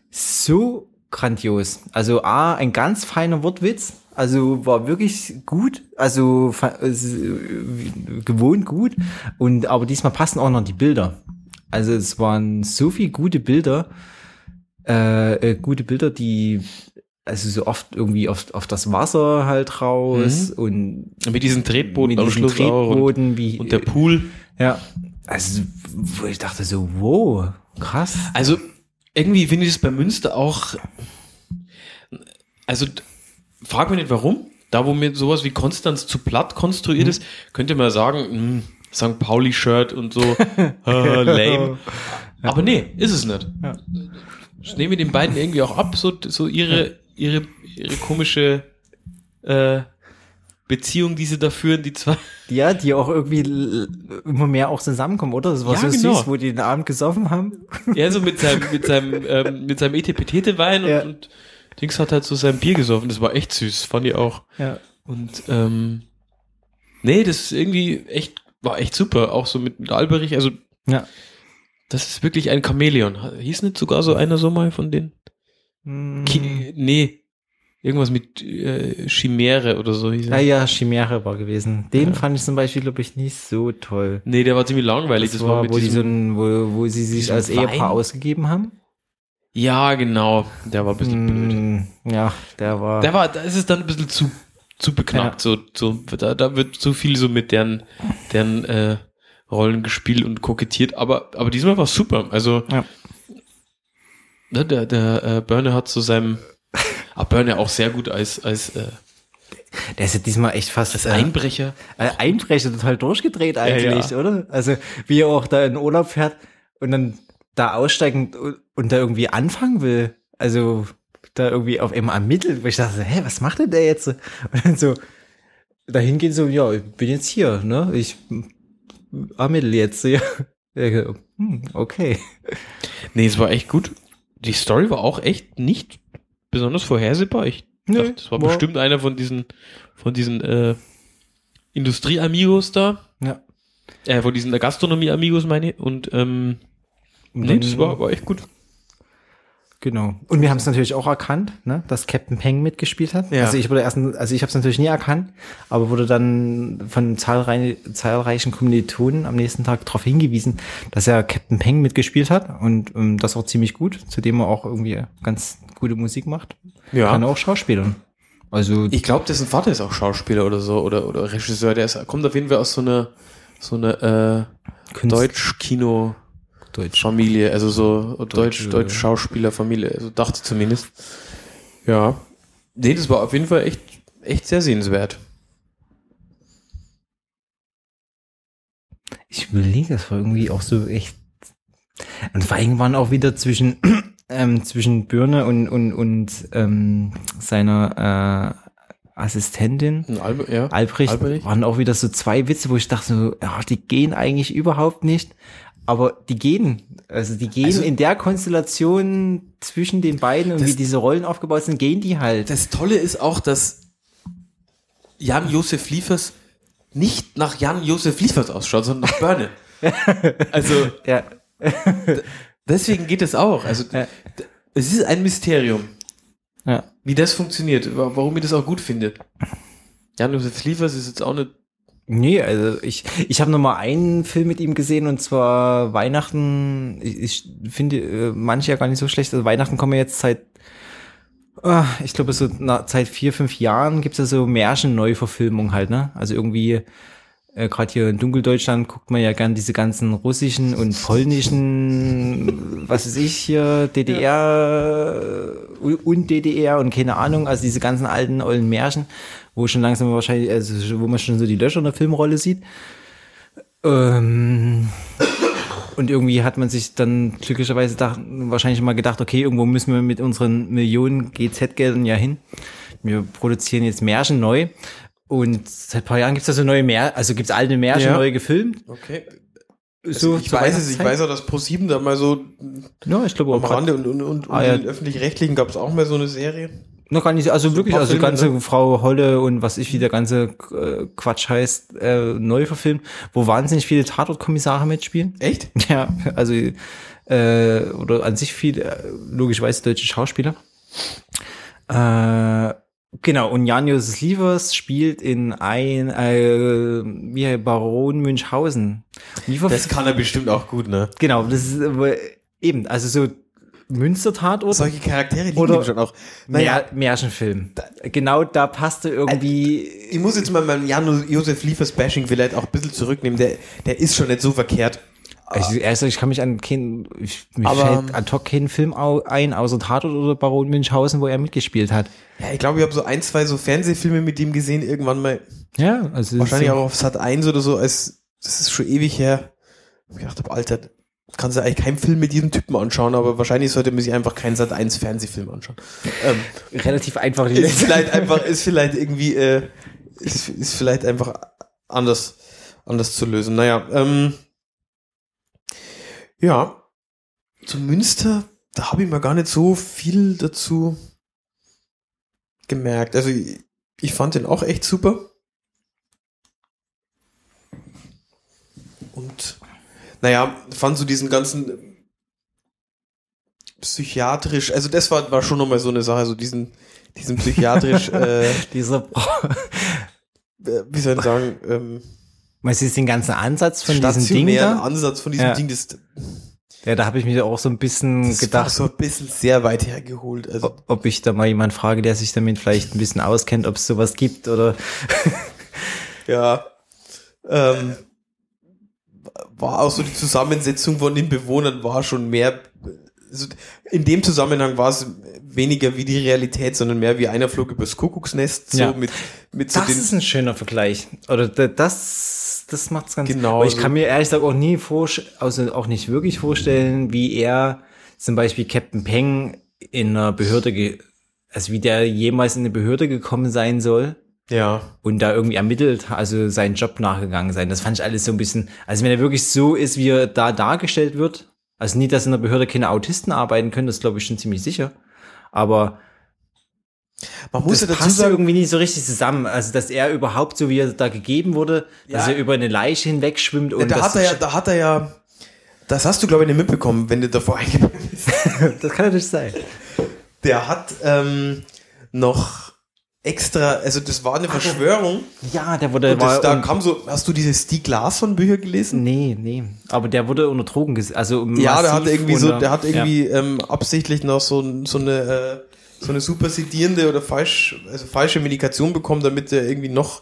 C: so grandios. Also A, ein ganz feiner Wortwitz, also war wirklich gut, also fa- äh, gewohnt gut. Und aber diesmal passen auch noch die Bilder. Also es waren so viele gute Bilder, äh, äh, gute Bilder, die also so oft irgendwie auf, auf das Wasser halt raus und
B: Mit diesen Tretbooten
C: mit
B: am
C: diesen
B: Schluss auch. Und,
C: Tretbooten, wie,
B: und der Pool.
C: ja, also wo ich dachte so, wow, krass.
B: Also irgendwie finde ich es bei Münster auch, also d- frag mich nicht warum, da wo mir sowas wie Konstanz zu platt konstruiert
C: Mhm.
B: ist, könnte man sagen, hm, Sankt Pauli-Shirt und so, äh, lame. Aber nee, ist es nicht.
C: Ja.
B: Ich nehme den beiden irgendwie auch ab, so, so ihre, ihre, ihre komische äh, Beziehung, die sie da führen, die zwei.
C: Ja, die auch irgendwie l- immer mehr auch zusammenkommen, oder? Das war
B: Ja,
C: so
B: genau.
C: süß, wo die den Abend gesoffen haben.
B: Er so mit seinem, mit seinem, ähm, mit seinem Etepetete-Wein und,
C: Ja.
B: und Dings hat halt so sein Bier gesoffen. Das war echt süß, fand ich auch.
C: Ja.
B: Und ähm, nee, das ist irgendwie echt, war echt super. Auch so mit, mit Alberich, also
C: Ja.
B: das ist wirklich ein Chamäleon. Hieß nicht sogar so einer so mal von denen? Ki nee, irgendwas mit äh, Chimäre oder so hieß
C: Ja,
B: er.
C: ja, Chimäre war gewesen. Den
B: Ja.
C: fand ich zum Beispiel, glaube ich, nicht so toll.
B: Nee, der war ziemlich langweilig.
C: Das,
B: Das,
C: war,
B: mit
C: wo, die so
B: diesem,
C: ein, wo, wo sie sich
B: diesem
C: als Ehepaar
B: Wein?
C: ausgegeben haben.
B: ja, genau. Der war ein bisschen blöd.
C: Mm, ja, der war.
B: Der war, da ist es dann ein bisschen zu, zu beknackt. So, so, da, da wird zu viel so mit deren, deren äh, Rollen gespielt und kokettiert. Aber, aber diesmal war es super. Also,
C: Ja.
B: ne, der, der äh, Börne hat zu seinem, ah, Börne auch sehr gut als, als, äh,
C: der ist ja diesmal echt fast
B: als
C: äh,
B: Einbrecher.
C: äh, Einbrecher total durchgedreht eigentlich,
B: ja.
C: oder? Also wie er auch da in Urlaub fährt und dann da aussteigen und, und da irgendwie anfangen will. Also da irgendwie auf einmal ermittelt, wo ich dachte, hä, was macht denn der jetzt? Und dann so dahin gehen so, ja, ich bin jetzt hier, ne? Ich A-Mittel jetzt, ja. Hm, okay.
B: Nee, es war echt gut. Die Story war auch echt nicht besonders vorhersehbar. Ich
C: Nee,
B: dachte, das war
C: war-
B: bestimmt einer von diesen, von diesen äh, Industrie-Amigos da.
C: Ja.
B: Äh, von diesen Gastronomie-Amigos meine ich. Und ähm, nee, das war, war echt gut.
C: Genau. Und wir haben es natürlich auch erkannt, ne, dass Captain Peng mitgespielt hat.
B: Ja.
C: Also ich wurde erst, also ich habe es natürlich nie erkannt, aber wurde dann von zahlreichen, zahlreichen Kommilitonen am nächsten Tag darauf hingewiesen, dass er Captain Peng mitgespielt hat und ähm, das auch ziemlich gut, zudem er auch irgendwie ganz gute Musik macht.
B: Ja.
C: Kann er auch Schauspielern. Also
B: Ich glaube, dessen Vater ist auch Schauspieler oder so oder, oder Regisseur. Der ist, kommt auf jeden Fall aus so einer so eine äh,
C: Kunst-
B: Deutsch-Kino-
C: Deutsch.
B: Familie, also so
C: Deutsch,
B: Deutsch,
C: äh,
B: Deutsch Schauspielerfamilie, also dachte ich zumindest. Ja. Nee, das war auf jeden Fall echt, echt sehr sehenswert.
C: Ich überlege, das war irgendwie auch so echt. Und vor allem waren auch wieder zwischen, ähm, zwischen Birne und, und, und ähm, seiner äh, Assistentin
B: Ein Albe, ja.
C: Albrecht,
B: Albrecht.
C: waren auch wieder so zwei Witze, wo ich dachte, so, ja, die gehen eigentlich überhaupt nicht. Aber die gehen. Also die gehen
B: Also-
C: in der Konstellation zwischen den beiden und
B: Das-
C: wie diese Rollen aufgebaut sind, gehen die halt.
B: Das Tolle ist auch, dass Jan-Josef Liefers nicht nach Jan-Josef Liefers ausschaut, sondern nach Börne. Also
C: Ja.
B: deswegen geht es auch. Also
C: Ja.
B: d- es ist ein Mysterium,
C: Ja.
B: wie das funktioniert, wa- warum ihr das auch gut findet. Jan-Josef Liefers ist jetzt auch nicht.
C: Nee, also ich, ich habe noch mal einen Film mit ihm gesehen und zwar Weihnachten. Ich, ich finde äh, manche ja gar nicht so schlecht. Also Weihnachten kommen wir jetzt seit, ah, ich glaube so na, seit vier, fünf Jahren gibt's ja so Märchen-Neuverfilmung halt, ne? Also irgendwie äh, gerade hier in Dunkeldeutschland guckt man ja gern diese ganzen russischen und polnischen, was weiß ich hier, D D R äh, und D D R und keine Ahnung, also diese ganzen alten ollen Märchen, wo schon langsam wahrscheinlich, also wo man schon so die Löcher in der Filmrolle sieht. Ähm, und irgendwie hat man sich dann glücklicherweise dach, wahrscheinlich mal gedacht, okay, irgendwo müssen wir mit unseren Millionen G Z-Geldern ja hin. Wir produzieren jetzt Märchen neu. Und seit ein paar Jahren gibt's da so neue Märchen, also gibt's alte Märchen
B: Ja.
C: neu gefilmt.
B: Okay.
C: So
B: Also ich
C: zur
B: weiß es, ich
C: Weihnachtszeit.
B: weiß auch, dass ProSieben da mal so
C: Ja, ich glaube
B: am
C: auch
B: Rande
C: grad,
B: und, und, und,
C: Ah,
B: und
C: ja.
B: in den Öffentlich-Rechtlichen gab es auch mal so eine Serie.
C: noch gar nicht, also wirklich,
B: paar
C: also die
B: Filme,
C: ganze
B: ne?
C: Frau Holle und was ich, wie der ganze äh, Quatsch heißt, äh, neu verfilmt, wo wahnsinnig viele Tatortkommissare mitspielen.
B: Echt?
C: Ja, also äh, oder an sich viele, äh, logischerweise deutsche Schauspieler. Äh, genau, und Jan-Josef Liefers spielt in ein äh, wie Baron Münchhausen. Wie verf-
B: Das kann er bestimmt auch gut, ne?
C: genau, das ist aber eben, also so Münster-Tatort.
B: Solche Charaktere liegen
C: Oder-
B: ihm schon auch. Naja,
C: Mär Märchenfilm. Genau da passte irgendwie.
B: ich muss jetzt mal meinen Jan-Josef Liefers-Bashing vielleicht auch ein bisschen zurücknehmen. Der, der ist schon nicht so verkehrt.
C: Also, also ich kann mich an keinen, ich, mir
B: Aber-
C: fällt ad hoc keinen Film au, ein, außer Tatort oder Baron Münchhausen, wo er mitgespielt hat.
B: Ja, ich glaube, ich habe so ein, zwei so Fernsehfilme mit ihm gesehen, irgendwann mal.
C: Ja, also
B: Wahrscheinlich
C: so,
B: auch auf Sat eins oder so. Als, das ist schon ewig her. Ich gedacht habe, Alter, kannst du eigentlich keinen Film mit diesem Typen anschauen, aber wahrscheinlich sollte man sich einfach keinen Sat eins Fernsehfilm anschauen. Ähm,
C: relativ einfach.
B: ist vielleicht einfach, ist vielleicht irgendwie, äh, ist, ist vielleicht einfach anders, anders zu lösen. Naja, ähm, ja, zu Münster, da habe ich mir gar nicht so viel dazu gemerkt. Also ich, ich fand den auch echt super. Und naja, fand so diesen ganzen psychiatrisch, also das war, war schon nochmal so eine Sache, so diesen, diesen psychiatrisch, äh,
C: Dieser,
B: äh, wie soll ich sagen, ähm,
C: meinst du jetzt den ganzen Ansatz von diesem Ding
B: stationären
C: da?
B: Ansatz von diesem
C: Ja.
B: Ding, das,
C: Ja, da habe ich mich auch so ein bisschen
B: das war
C: gedacht,
B: so ein bisschen sehr weit hergeholt. Also,
C: ob- ob ich da mal jemand frage, der sich damit vielleicht ein bisschen auskennt, ob es sowas gibt oder.
B: ja, ähm, war auch so die Zusammensetzung von den Bewohnern war schon mehr, also in dem Zusammenhang war es weniger wie die Realität, sondern mehr wie einer flog übers Kuckucksnest, so
C: Ja.
B: mit, mit so
C: Das
B: den,
C: ist ein schöner Vergleich. Oder da- das, das macht's ganz.
B: Genau
C: Aber ich
B: so.
C: kann mir ehrlich gesagt auch nie vorstellen, also auch nicht wirklich vorstellen, wie er zum Beispiel Captain Peng in einer Behörde, ge also wie der jemals in eine Behörde gekommen sein soll.
B: Ja.
C: und da irgendwie ermittelt, also seinen Job nachgegangen sein. Das fand ich alles so ein bisschen, also wenn er wirklich so ist, wie er da dargestellt wird, also nicht, dass in der Behörde keine Autisten arbeiten können, das glaube ich schon ziemlich sicher, aber
B: Man muss
C: das
B: ja dazu
C: passt
B: sagen,
C: irgendwie nicht so richtig zusammen, also dass er überhaupt so, wie er da gegeben wurde, dass
B: Ja.
C: er über eine Leiche hinwegschwimmt und
B: da
C: das,
B: hat er ja, da hat er ja, das hast du glaube ich nicht mitbekommen, wenn du davor eingeblieben bist.
C: das kann natürlich sein.
B: Der hat ähm, noch extra, also das war eine Verschwörung.
C: Ja, der wurde,
B: Und das,
C: war
B: da
C: un-
B: kam so, hast du diese Stieg Larsson Bücher gelesen?
C: nee, nee, aber der wurde unter Drogen, ges- also
B: Ja, der
C: massiv
B: hat irgendwie so,
C: unter-
B: der hat
C: ja.
B: irgendwie ähm, absichtlich noch so, so eine äh, so eine super sedierende oder falsch, also falsche Medikation bekommen, damit er irgendwie noch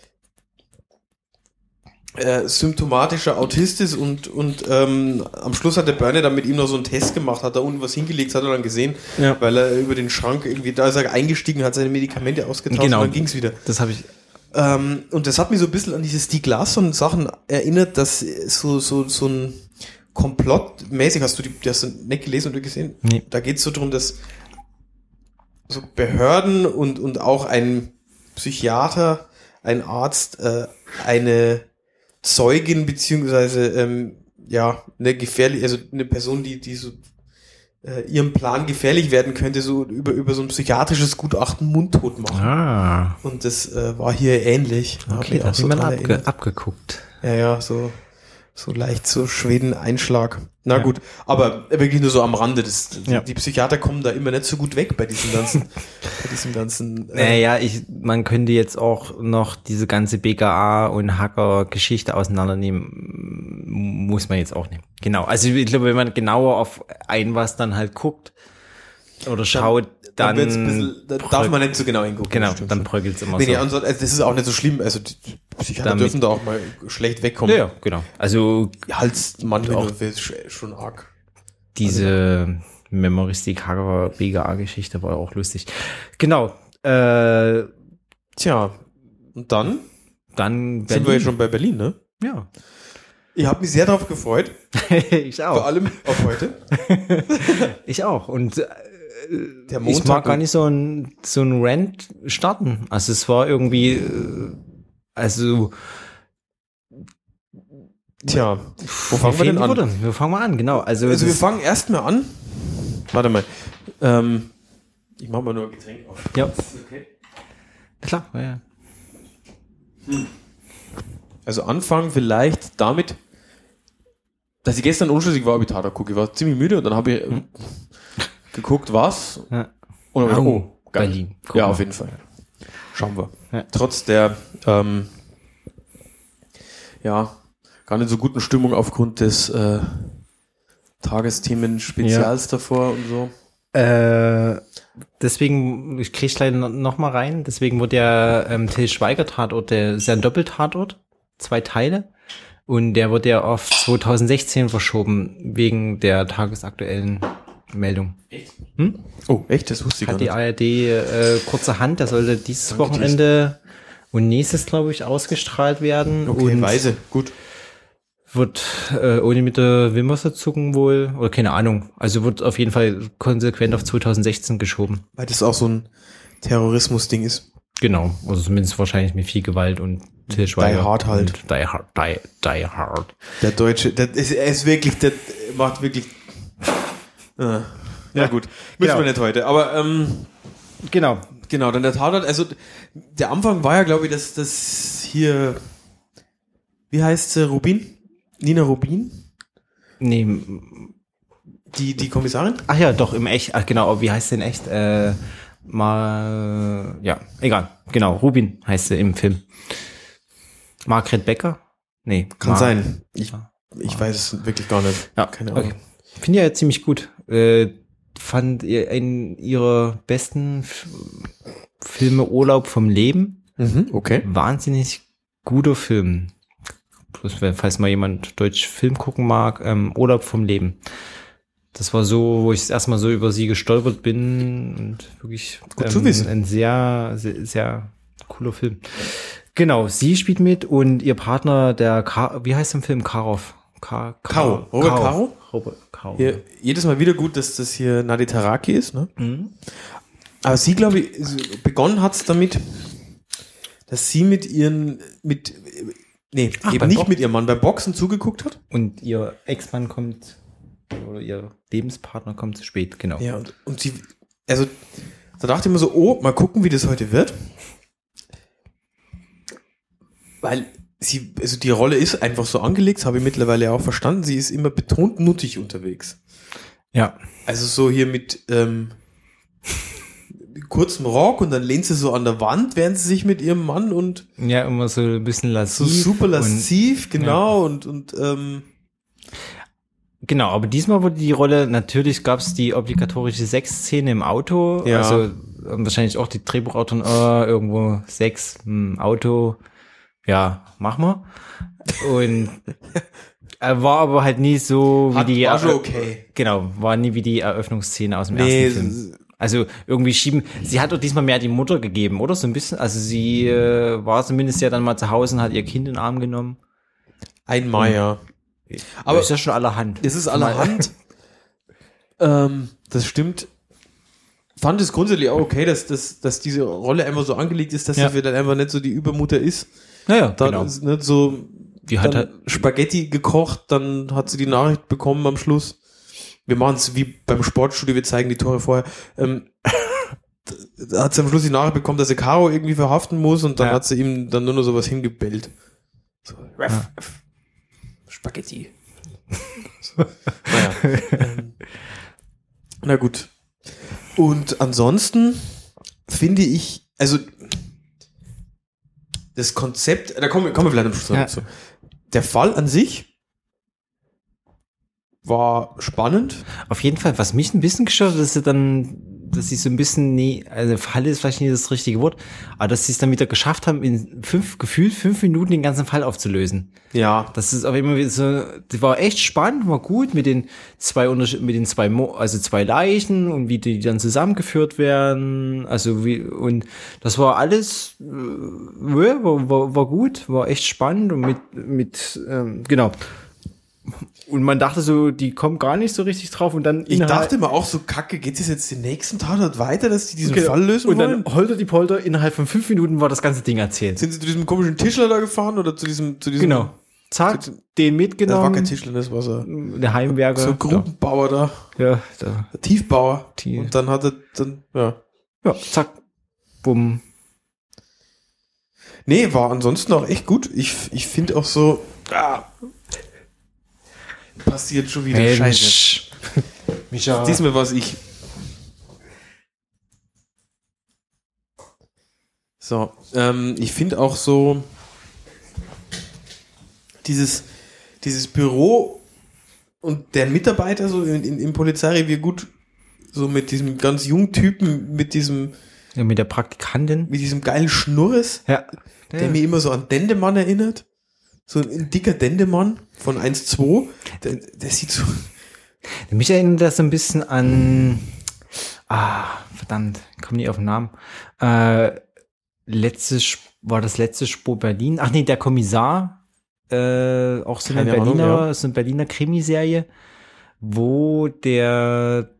B: äh, symptomatischer Autist ist und und ähm, am Schluss hat der Bernie dann mit ihm noch so einen Test gemacht, hat da unten was hingelegt, hat er dann gesehen,
C: Ja.
B: weil er über den Schrank irgendwie, da ist er eingestiegen, hat seine Medikamente ausgetauscht
C: Genau.
B: und dann ging's wieder.
C: Das habe ich.
B: Ähm, und das hat mich so ein bisschen an diese Stieg Larsson-Sachen erinnert, dass so, so, so ein Komplott-mäßig, hast du die, die hast du nicht gelesen oder gesehen?
C: Nee.
B: Da geht es so darum, dass so Behörden und, und auch ein Psychiater, ein Arzt, äh, eine Zeugin beziehungsweise ähm, ja, eine gefährliche, also eine Person, die, die so äh, ihrem Plan gefährlich werden könnte, so über, über so ein psychiatrisches Gutachten mundtot machen.
C: Ah,
B: Und das äh, war hier ähnlich. Hat
C: okay,
B: mich
C: da
B: auch
C: hat
B: so
C: jemand
B: dran
C: abge
B: erinnert.
C: abgeguckt.
B: Ja, ja, so, so leicht so Schweden-Einschlag. Na
C: Ja.
B: gut, aber wirklich nur so am Rande. Das,
C: Ja.
B: Die Psychiater kommen da immer nicht so gut weg bei diesem ganzen, bei diesem ganzen. Äh,
C: Naja, ich, man könnte jetzt auch noch diese ganze B K A und Hacker-Geschichte auseinandernehmen, muss man jetzt auch nicht. Genau, also ich glaube, wenn man genauer auf ein was dann halt guckt oder schaut, dann,
B: dann wird's ein bisschen, da darf man nicht so genau hingucken.
C: genau,
B: das stimmt
C: dann
B: schon.
C: bröckelt es immer
B: Nee, nee,
C: so.
B: ansonsten, also das ist auch nicht so schlimm. Also die die Psychiater
C: Damit-
B: dürfen da auch mal schlecht wegkommen.
C: Ja, ja, genau. Also
B: Hals manchmal
C: Auch-
B: auch schon arg.
C: diese Memoristik Hacker B K A-Geschichte war auch lustig. Genau. Äh,
B: Tja, und dann
C: dann
B: sind wir ja schon bei Berlin, ne?
C: Ja.
B: Ich habe mich sehr darauf gefreut,
C: ich
B: vor
C: auch.
B: allem auf heute.
C: Ich auch. Und äh,
B: Der
C: ich
B: Montag
C: mag gar nicht so ein, so ein Rant starten. Also es war irgendwie, äh, also
B: Tja, wo fangen wir denn an?
C: Worte. Wir fangen mal an, genau. Also,
B: Also wir
C: das-
B: fangen erstmal an. Warte mal. Ähm, ich mache mal nur ein Getränk auf.
C: Ja.
B: Okay.
C: Klar, ja, ja.
B: Also anfangen vielleicht damit, dass ich gestern unschlüssig war, ob ich Tatort gucke. Ich war ziemlich müde und dann habe ich äh, geguckt, was.
C: Ja.
B: Und dann hab ich
C: Oh,
B: gedacht, oh, geil.
C: Berlin. Guck
B: Ja,
C: mal.
B: auf jeden Fall. Schauen wir.
C: Ja.
B: Trotz der ähm, ja, gar nicht so guten Stimmung aufgrund des äh, Tagesthemen-Spezials davor und so.
C: Äh, deswegen, ich kriege leider noch mal rein, deswegen wurde der ähm, Till Schweiger Tatort, der ist ja ein Doppeltatort, zwei Teile. Und der wurde ja auf zwanzig sechzehn verschoben, wegen der tagesaktuellen Meldung.
B: Oh, echt? Das wusste ich gar
C: Hat die
B: nicht.
C: A R D äh, kurzerhand, der sollte dieses
B: Danke,
C: Wochenende und nächstes, glaube ich, ausgestrahlt werden.
B: Okay,
C: und
B: weise. Gut.
C: wird äh, ohne mit der Wimmerse zucken wohl, oder keine Ahnung. Also wird auf jeden Fall konsequent auf zwanzig sechzehn geschoben.
B: Weil das auch so ein Terrorismus-Ding ist.
C: Genau, also zumindest wahrscheinlich mit viel Gewalt und Til Schweiger.
B: Die Hard halt.
C: Und Die Hard, die, die Hard.
B: Der Deutsche, der ist, er ist wirklich, der macht wirklich. Äh, ja, gut. Müssen
C: genau.
B: wir nicht heute. Aber ähm,
C: Genau.
B: genau, dann der Tatort. Also der Anfang war ja, glaube ich, dass das hier. Wie heißt sie? Rubin? Nina Rubin?
C: Nee,
B: Die, die Kommissarin?
C: ach ja, doch, im Echt, ach genau, aber wie heißt denn echt? Äh, mal, ja, egal. Genau, Rubin heißt sie im Film. Margret Becker? Nee.
B: Kann
C: Mar-
B: sein. Ich, ich weiß es wirklich gar nicht.
C: Ja,
B: Keine Ahnung.
C: okay. Finde ja ziemlich gut. Äh, fand ihr einen ihrer besten F Filme Urlaub vom Leben.
B: Mhm, okay.
C: Wahnsinnig guter Film. Plus, wenn- falls mal jemand Deutsch Film gucken mag, ähm, Urlaub vom Leben. Das war so, wo ich das erstmal so über sie gestolpert bin und wirklich
B: Gut zu wissen.
C: ein sehr, sehr, sehr cooler Film. Genau, sie spielt mit und ihr Partner, der, Ka wie heißt der im Film? Karov. Ka
B: Karo. Robert Karo?
C: Robert Karo.
B: Hier, jedes Mal wieder gut, dass das hier Nadi Taraki ist, ne?
C: Mhm.
B: Aber sie, glaube ich, sie- begonnen hat es damit, dass sie mit ihren, mit, nee,
C: Ach,
B: eben
C: beim
B: nicht
C: Boxen.
B: mit ihrem Mann beim Boxen zugeguckt hat.
C: Und ihr Ex-Mann kommt, oder ihr Lebenspartner kommt zu spät, genau.
B: Ja, und, und sie, also, da dachte ich mir so, oh, mal gucken, wie das heute wird. Weil sie, also die Rolle ist einfach so angelegt, das habe ich mittlerweile auch verstanden, sie ist immer betont nuttig unterwegs.
C: Ja.
B: Also so hier mit, ähm, kurzem Rock und dann lehnt sie so an der Wand, während sie sich mit ihrem Mann und
C: Ja, immer so ein bisschen
B: so
C: lassiv.
B: super lasziv,
C: und,
B: genau, und, und, ähm,
C: Genau, aber diesmal wurde die Rolle, natürlich gab es die obligatorische Sexszene im Auto,
B: Ja.
C: also ähm, wahrscheinlich auch die Drehbuchautoren, äh, irgendwo Sex, hm, Auto, ja, machen wir. Und er war aber halt nie so wie
B: Hat-
C: die
B: war schon
C: Erö-
B: okay.
C: Genau, war nie wie die Eröffnungsszene aus dem
B: Nee,
C: ersten Film. Also irgendwie schieben, sie hat doch diesmal mehr die Mutter gegeben, oder? So ein bisschen, also sie äh, war zumindest ja dann mal zu Hause und hat ihr Kind in den Arm genommen.
B: einmal, ja.
C: Aber
B: Aber
C: ist ja schon allerhand.
B: es ist allerhand. ähm, das stimmt. Fand es grundsätzlich auch okay, dass, dass, dass diese Rolle einfach so angelegt ist, dass
C: Ja.
B: sie dann einfach nicht so die Übermutter ist.
C: Naja,
B: Da
C: genau.
B: ist nicht so
C: Die hat
B: dann
C: halt,
B: Spaghetti gekocht, dann hat sie die Nachricht bekommen am Schluss. Wir machen es wie beim Sportstudio, wir zeigen die Tore vorher. Ähm, da hat sie am Schluss die Nachricht bekommen, dass sie Caro irgendwie verhaften muss und dann
C: Ja.
B: hat sie ihm dann nur noch sowas hingebellt. So, Ref,
C: Ja.
B: Ref, Spaghetti. naja. Ähm, na gut. Und ansonsten finde ich, also das Konzept, da kommen wir, kommen wir vielleicht am Schluss noch
C: Ja.
B: dazu. Der Fall an sich war spannend.
C: auf jeden Fall, was mich ein bisschen gestört hat, ist ja dann, dass sie so ein bisschen, nee, also Falle ist vielleicht nicht das richtige Wort, aber dass sie es dann wieder geschafft haben, in fünf, gefühlt fünf Minuten den ganzen Fall aufzulösen.
B: Ja.
C: Das ist aber immer wieder so, die war echt spannend, war gut mit den zwei Unterschied, mit den zwei, Mo also zwei Leichen und wie die dann zusammengeführt werden, also wie, und das war alles, äh, war, war, war gut, war echt spannend und mit, mit, ähm, genau. Und man dachte so, die kommen gar nicht so richtig drauf und dann
B: Ich
C: innerhalb-
B: dachte mir auch so, kacke, geht es jetzt den nächsten Tatort weiter, dass die diesen
C: Genau.
B: Fall lösen
C: und
B: wollen?
C: dann holter die Polter, innerhalb von fünf Minuten war das ganze Ding erzählt.
B: Sind sie zu diesem komischen Tischler da gefahren oder zu diesem, zu diesem,
C: Genau. Zack,
B: zu-
C: den
B: das war kein
C: mitgenommen,
B: Tischler, das war so,
C: der Heimwerker.
B: so ein Grubenbauer da,
C: Ja, da.
B: der Tiefbauer.
C: Die-
B: Und dann hat er, dann, ja.
C: Ja, zack, bumm.
B: Nee, war ansonsten auch echt gut. Ich, ich finde auch so, ah, passiert schon wieder Scheiße.
C: Mensch. Micha.
B: Diesmal war's ich. So, ähm, ich finde auch so dieses, dieses Büro und der Mitarbeiter so in, in, im Polizeirevier gut so mit diesem ganz jungen Typen, mit diesem,
C: Ja, mit der Praktikantin.
B: mit diesem geilen Schnurres,
C: Ja.
B: der mir immer so an Dendemann erinnert. So ein, ein dicker Dendemann von eins zwei. Der, der sieht so,
C: Mich erinnert das so ein bisschen an, ah, verdammt, ich komme nicht auf den Namen. Äh, letztes, Sp- war das letzte Spur Berlin? Ach nee, der Kommissar, äh, auch so eine
B: Keine Ahnung,
C: Berliner,
B: ja.
C: so eine Berliner Krimiserie, wo der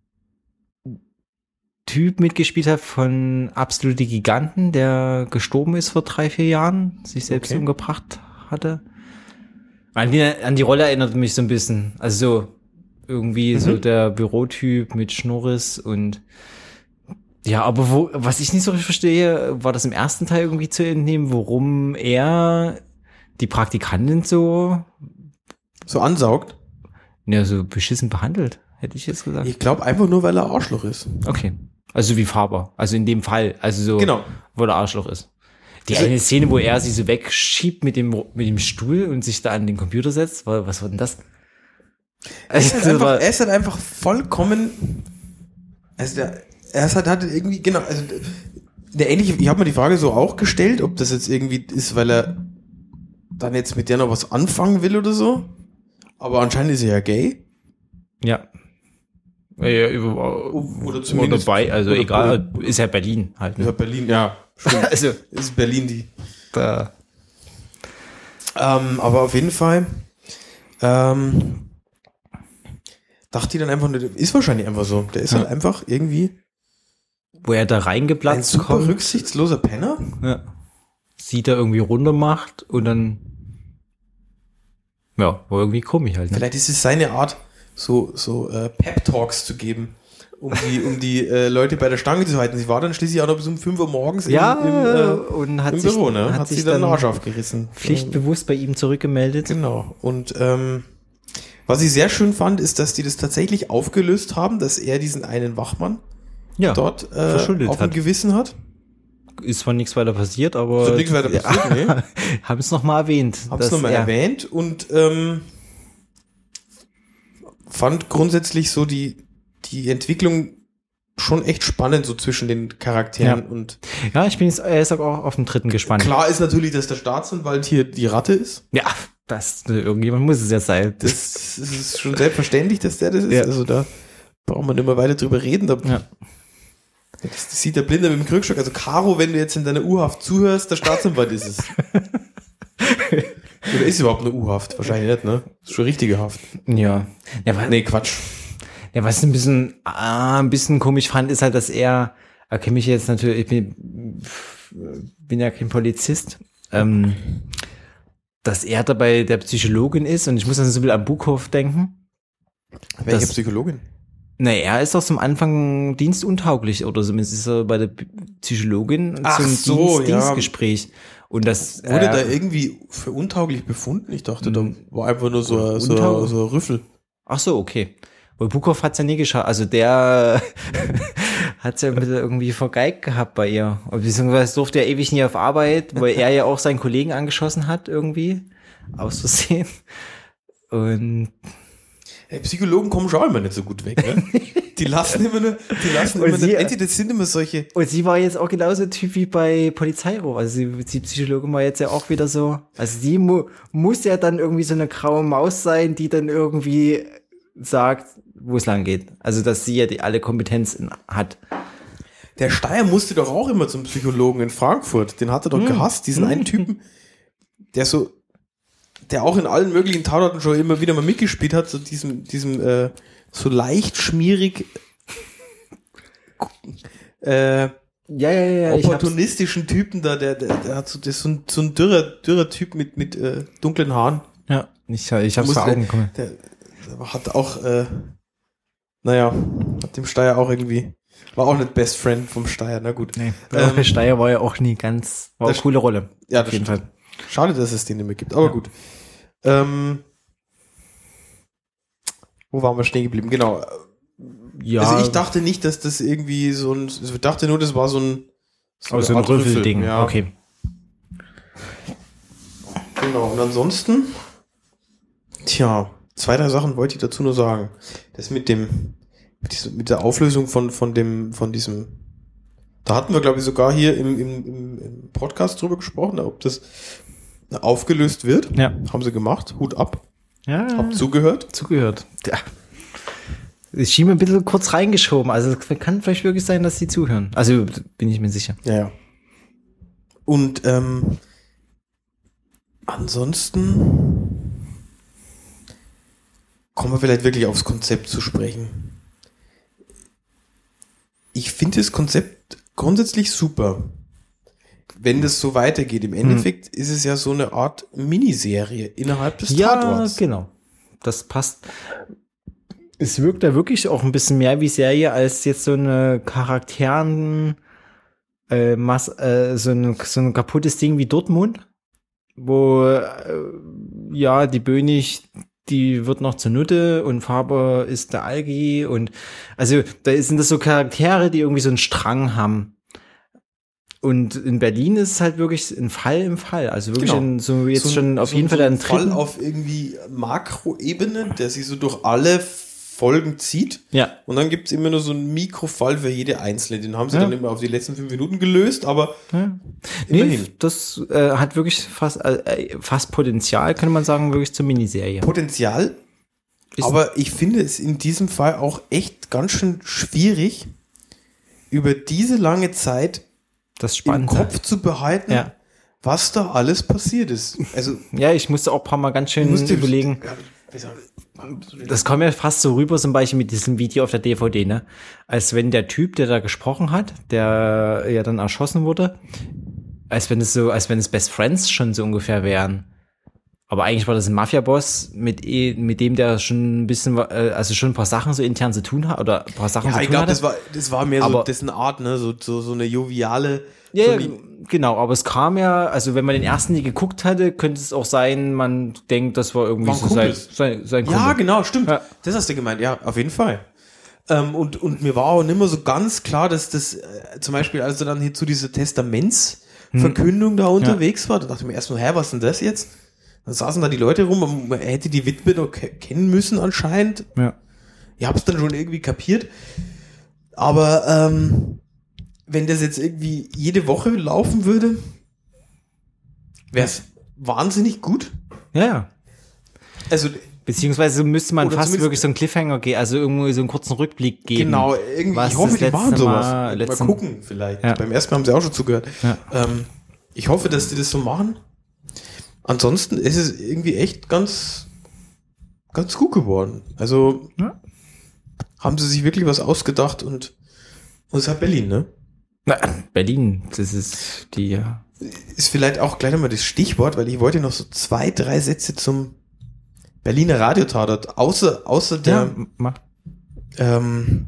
C: Typ mitgespielt hat von Absolute Giganten, der gestorben ist vor drei, vier Jahren, sich selbst
B: Okay.
C: umgebracht hatte. An die, an die Rolle erinnert mich so ein bisschen. Also so irgendwie so der Bürotyp mit Schnurres und ja, aber wo, was ich nicht so richtig verstehe, war das im ersten Teil irgendwie zu entnehmen, warum er die Praktikantin so,
B: so ansaugt.
C: ja, so beschissen behandelt, hätte ich jetzt gesagt.
B: Ich glaube einfach nur, weil er Arschloch ist.
C: Okay. Also wie Faber. Also in dem Fall. Also so,
B: Genau.
C: wo der Arschloch ist. Die
B: Also-
C: eine Szene, wo er sie so wegschiebt mit dem, mit dem Stuhl und sich da an den Computer setzt, war, was war denn das?
B: Er ist, halt
C: Also,
B: einfach,
C: war,
B: er ist halt einfach vollkommen. Also der, er ist halt, hat irgendwie, genau, also der ähnliche, ich habe mir die Frage so auch gestellt, ob das jetzt irgendwie ist, weil er dann jetzt mit der noch was anfangen will oder so. Aber anscheinend ist er ja gay.
C: ja. Ja, ja, über,
B: Oder zumindest-
C: oder bei, also
B: oder-
C: egal, ist ja Berlin halt.
B: Ja,
C: Ne?
B: Berlin, ja. Stimmt.
C: Also,
B: Ist Berlin die.
C: da,
B: Ähm, aber auf jeden Fall ähm, dachte ich dann einfach, nur, ist wahrscheinlich einfach so. Der ist
C: Ja.
B: halt einfach irgendwie
C: wo er da
B: ein
C: reingeplatzt
B: super
C: kommt.
B: rücksichtsloser Penner.
C: Ja. sie da irgendwie runter macht und dann, ja, war irgendwie komisch halt. Ne?
B: Vielleicht ist es seine Art, so, so äh, Pep-Talks zu geben, um die, um die äh, Leute bei der Stange zu halten. Sie war dann schließlich auch noch bis um fünf Uhr morgens
C: ja,
B: im, im, äh,
C: und hat
B: im
C: sich,
B: Büro, ne?
C: Hat,
B: Hat
C: sich
B: sie dann den
C: dann
B: Arsch aufgerissen.
C: pflichtbewusst bei ihm zurückgemeldet.
B: Genau. Und ähm, was ich sehr schön fand, ist, dass die das tatsächlich aufgelöst haben, dass er diesen einen Wachmann
C: Ja,
B: dort äh,
C: verschuldet
B: auf dem
C: hat.
B: Gewissen hat.
C: Ist zwar nichts weiter passiert, aber
B: Ist nichts weiter passiert, nee.
C: haben es nochmal erwähnt.
B: Hab's
C: dass
B: nochmal
C: er-
B: erwähnt und ähm, fand grundsätzlich so die, die Entwicklung schon echt spannend, so zwischen den Charakteren.
C: Ja.
B: und
C: Ja, ich bin jetzt ehrlich gesagt auch auf den dritten gespannt.
B: Klar ist natürlich, dass der Staatsanwalt hier die Ratte ist.
C: Ja, das, irgendjemand muss es ja sein. Das,
B: Das ist schon selbstverständlich, dass der das ist.
C: Ja.
B: Also da braucht man nicht mehr weiter drüber reden. Da,
C: ja.
B: das, das sieht der Blinde mit dem Krückstock. Also Caro, wenn du jetzt in deiner U-Haft zuhörst, der Staatsanwalt ist es. Oder ist überhaupt eine U-Haft? Wahrscheinlich nicht, ne? Das ist schon richtige Haft.
C: Ja. Ja, wa-
B: Nee, Quatsch.
C: ja, was ein bisschen, ah, ein bisschen komisch fand, ist halt, dass er, er kennt mich jetzt natürlich, ich bin, bin ja kein Polizist, ähm, dass er dabei der Psychologin ist und ich muss dann so ein bisschen an Buchhoff denken.
B: Welche
C: Das-
B: Psychologin?
C: Na, er ist doch zum Anfang dienstuntauglich oder zumindest ist er bei der Psychologin
B: Ach
C: zum
B: so,
C: Dienst,
B: ja.
C: Dienstgespräch. Und das
B: Wurde
C: äh,
B: da irgendwie für untauglich befunden? Ich dachte, da war einfach nur so, so,
C: Untau-
B: so ein Rüffel.
C: Ach so, okay. Weil Buchhoff hat's ja nie geschafft. Also der hat's ja ein bisschen irgendwie vergeigt gehabt bei ihr. Und beziehungsweise durfte er ewig nie auf Arbeit, weil er ja auch seinen Kollegen angeschossen hat irgendwie. Aus Versehen. Und
B: Hey, Psychologen kommen schon immer nicht so gut weg, ne? Die lassen immer nur, die lassen
C: Und
B: immer
C: sie-
B: nur, entweder das sind immer solche,
C: Und sie war jetzt auch genauso ein Typ wie bei Polizeiruf. Also sie, die Psychologin war jetzt ja auch wieder so. Also sie mu muss ja dann irgendwie so eine graue Maus sein, die dann irgendwie sagt, wo es lang geht. Also dass sie ja die, alle Kompetenzen hat.
B: der Steier musste doch auch immer zum Psychologen in Frankfurt. Den hat er doch gehasst, diesen einen Typen, der so, der auch in allen möglichen Tatorten schon immer wieder mal mitgespielt hat, so diesem, diesem, äh, so leicht schmierig, äh,
C: Ja, ja, ja. Ich hab's,
B: opportunistischen Typen da, der, der, der hat so, das ist so ein, so ein dürrer, dürrer Typ mit, mit äh, dunklen Haaren.
C: ja, ich, ich hab's
B: Musste-
C: vor Augen gekommen.
B: Der, der hat auch, äh, naja, hat dem Steier auch irgendwie, war auch nicht Best Friend vom Steier, na gut.
C: Nee,
B: Ähm,
C: ähm, Steier war ja auch nie ganz, war eine
B: das-
C: coole Rolle.
B: Ja,
C: auf
B: das
C: jeden
B: stimmt.
C: Fall.
B: Schade, dass es den nicht mehr gibt, aber
C: Ja.
B: gut. Ähm, wo waren wir stehen geblieben? Genau.
C: Ja,
B: Also ich dachte nicht, dass das irgendwie so ein, ich dachte nur, das war so ein, so
C: also ein
B: Art Rüffel.
C: Rüffelding.
B: Ja,
C: Okay.
B: genau. Und ansonsten, tja, zwei, drei Sachen wollte ich dazu nur sagen. Das mit dem, mit, diesem, mit der Auflösung von, von dem, von diesem, da hatten wir, glaube ich, sogar hier im, im, im, im Podcast drüber gesprochen, ob das aufgelöst wird.
C: Ja.
B: Haben sie gemacht. Hut ab.
C: Ja,
B: Hab zugehört.
C: zugehört. Ja. Ich schien mir ein bisschen kurz reingeschoben. Also es kann vielleicht wirklich sein, dass sie zuhören. Also bin ich mir sicher.
B: Ja, ja. Und ähm, ansonsten kommen wir vielleicht wirklich aufs Konzept zu sprechen. Ich finde das Konzept grundsätzlich super. Wenn das so weitergeht. Im Endeffekt ist es ja so eine Art Miniserie innerhalb des
C: Ja,
B: Tatorts.
C: genau. Das passt. Es wirkt da wirklich auch ein bisschen mehr wie Serie als jetzt so eine Charakteren, äh, Mass, äh, so, ein, so ein kaputtes Ding wie Dortmund, wo äh, ja die Bönig, die wird noch zur Nutte und Faber ist der Algi und also da sind das so Charaktere, die irgendwie so einen Strang haben. Und in Berlin ist es halt wirklich ein Fall im Fall. Also wirklich
B: Genau.
C: in, so jetzt
B: So ein-
C: schon auf
B: so,
C: jeden
B: so
C: Fall
B: ein
C: ein
B: Fall
C: dritten.
B: auf irgendwie Makroebene, der sich so durch alle Folgen zieht.
C: Ja.
B: Und dann gibt's immer nur so einen Mikrofall für jede einzelne. Den haben sie
C: Ja.
B: dann immer auf die letzten fünf Minuten gelöst, aber
C: Ja.
B: immerhin.
C: Nee, das äh, hat wirklich fast, äh, fast Potenzial, könnte man sagen, wirklich zur Miniserie.
B: Potenzial.
C: Ist-
B: aber ich finde es in diesem Fall auch echt ganz schön schwierig, über diese lange Zeit
C: Das
B: im
C: spannend.
B: Kopf zu behalten,
C: Ja.
B: was da alles passiert ist. Also,
C: Ja, ich musste auch ein paar Mal ganz schön
B: musste
C: überlegen.
B: Ja, wie soll-
C: Das kommt ja fast so rüber, zum Beispiel mit diesem Video auf der D V D, ne? Als wenn der Typ, der da gesprochen hat, der ja dann erschossen wurde, als wenn es so, als wenn es Best Friends schon so ungefähr wären. Aber eigentlich war das ein Mafia-Boss, mit, eh- mit dem der schon ein bisschen, äh, also schon ein paar Sachen so intern zu tun hat, oder ein paar Sachen
B: Ja,
C: zu
B: ich
C: tun
B: glaube,
C: hatte.
B: das war, das war mehr so
C: Aber-
B: dessen Art, ne? So, so, so eine joviale.
C: Ja,
B: so
C: ja,
B: die,
C: genau, aber es kam ja, also wenn man den ersten nie geguckt hatte, könnte es auch sein, man denkt, das war irgendwie
B: Waren
C: so sein,
B: Kumpels.
C: sein, sein Kumpel.
B: ja, genau, stimmt.
C: Ja.
B: Das hast du gemeint, ja, auf jeden Fall. Ähm, und, und mir war auch nicht mehr so ganz klar, dass das, äh, zum Beispiel, als er dann hier zu dieser Testamentsverkündung da unterwegs war, da dachte ich mir erstmal, hä, was ist denn das jetzt? Dann saßen da die Leute rum, man hätte die Witwe doch ke- kennen müssen anscheinend.
C: Ja.
B: Ich hab's dann schon irgendwie kapiert. Aber ähm, wenn das jetzt irgendwie jede Woche laufen würde, wäre es wahnsinnig gut.
C: Ja, ja.
B: Also
C: Beziehungsweise müsste man
B: Oder
C: fast
B: zumindest-
C: wirklich so einen Cliffhanger geben, also irgendwie so einen kurzen Rückblick geben.
B: genau, irgendwie,
C: was
B: ich hoffe,
C: das
B: die machen
C: letzte
B: sowas.
C: Mal-
B: Mal
C: letzten-
B: gucken vielleicht.
C: Ja.
B: Beim ersten Mal haben sie auch schon zugehört.
C: Ja.
B: Ähm, ich hoffe, dass die das so machen. Ansonsten ist es irgendwie echt ganz, ganz gut geworden. Also
C: Ja.
B: haben sie sich wirklich was ausgedacht und, und es hat Berlin, ne?
C: Na, Berlin, das ist die, ja.
B: Ist vielleicht auch gleich nochmal das Stichwort, weil ich wollte noch so zwei, drei Sätze zum Berliner Radiotatort, außer, außer der,
C: Ja, mach.
B: ähm,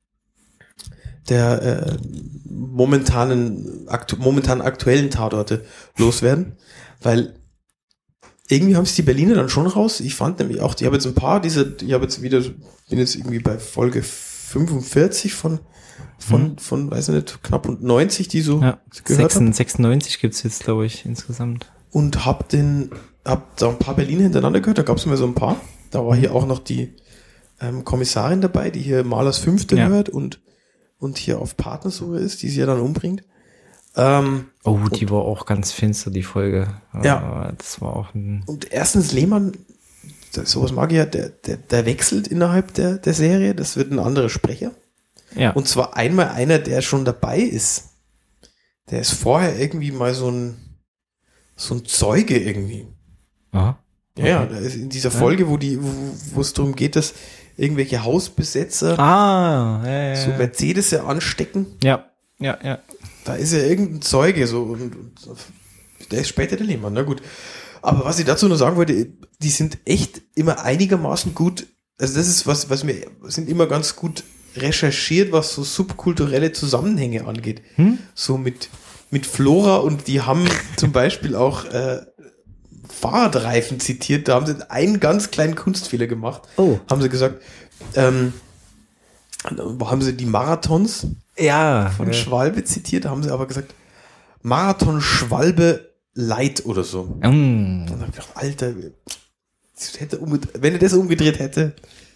B: der äh, momentanen, aktu momentan aktuellen Tatorte loswerden, weil irgendwie haben es die Berliner dann schon raus. Ich fand nämlich auch, ich habe jetzt ein paar, diese, ich habe jetzt wieder, bin jetzt irgendwie bei Folge fünfundvierzig von, von,
C: Mhm.
B: von, weiß ich nicht, knapp und neunzig, die so
C: Ja,
B: gehört habe.
C: sechsundneunzig gibt's jetzt, glaube ich, insgesamt.
B: Und hab den, hab da ein paar Berliner hintereinander gehört, da gab es mir so ein paar. Da war hier auch noch die ähm, Kommissarin dabei, die hier Malers Fünfte
C: Ja.
B: hört und, und hier auf Partnersuche ist, die sie ja dann umbringt. Ähm,
C: Oh, die war auch ganz finster, die Folge.
B: Ja.
C: Das war auch ein,
B: und erstens, Lehmann, das- sowas mag ich ja, der, der, der wechselt innerhalb der, der Serie, das wird ein anderer Sprecher.
C: ja.
B: Und zwar einmal einer, der schon dabei ist. Der ist vorher irgendwie mal so ein, so ein Zeuge irgendwie.
C: Aha.
B: Ja, ja, da ist in dieser Folge, wo die, wo, wo es darum geht, dass irgendwelche Hausbesetzer
C: Ah, ja, ja,
B: so
C: ja.
B: Mercedes ja anstecken,
C: ja, ja, ja.
B: da ist ja irgendein Zeuge so und, und der ist später der Lehmann, na gut. Aber was ich dazu noch sagen wollte, die sind echt immer einigermaßen gut, also das ist was, was mir, sind immer ganz gut recherchiert, was so subkulturelle Zusammenhänge angeht.
C: Hm?
B: So mit, mit Flora und die haben zum Beispiel auch äh, Fahrradreifen zitiert, da haben sie einen ganz kleinen Kunstfehler gemacht.
C: Oh.
B: Haben sie gesagt, ähm, wo haben sie die Marathons
C: Ja.
B: von
C: ja.
B: Schwalbe zitiert, da haben sie aber gesagt, Marathon Schwalbe Light oder so.
C: Mm.
B: Dann habe ich gedacht, Alter, das hätte umgedreht, wenn er das umgedreht hätte,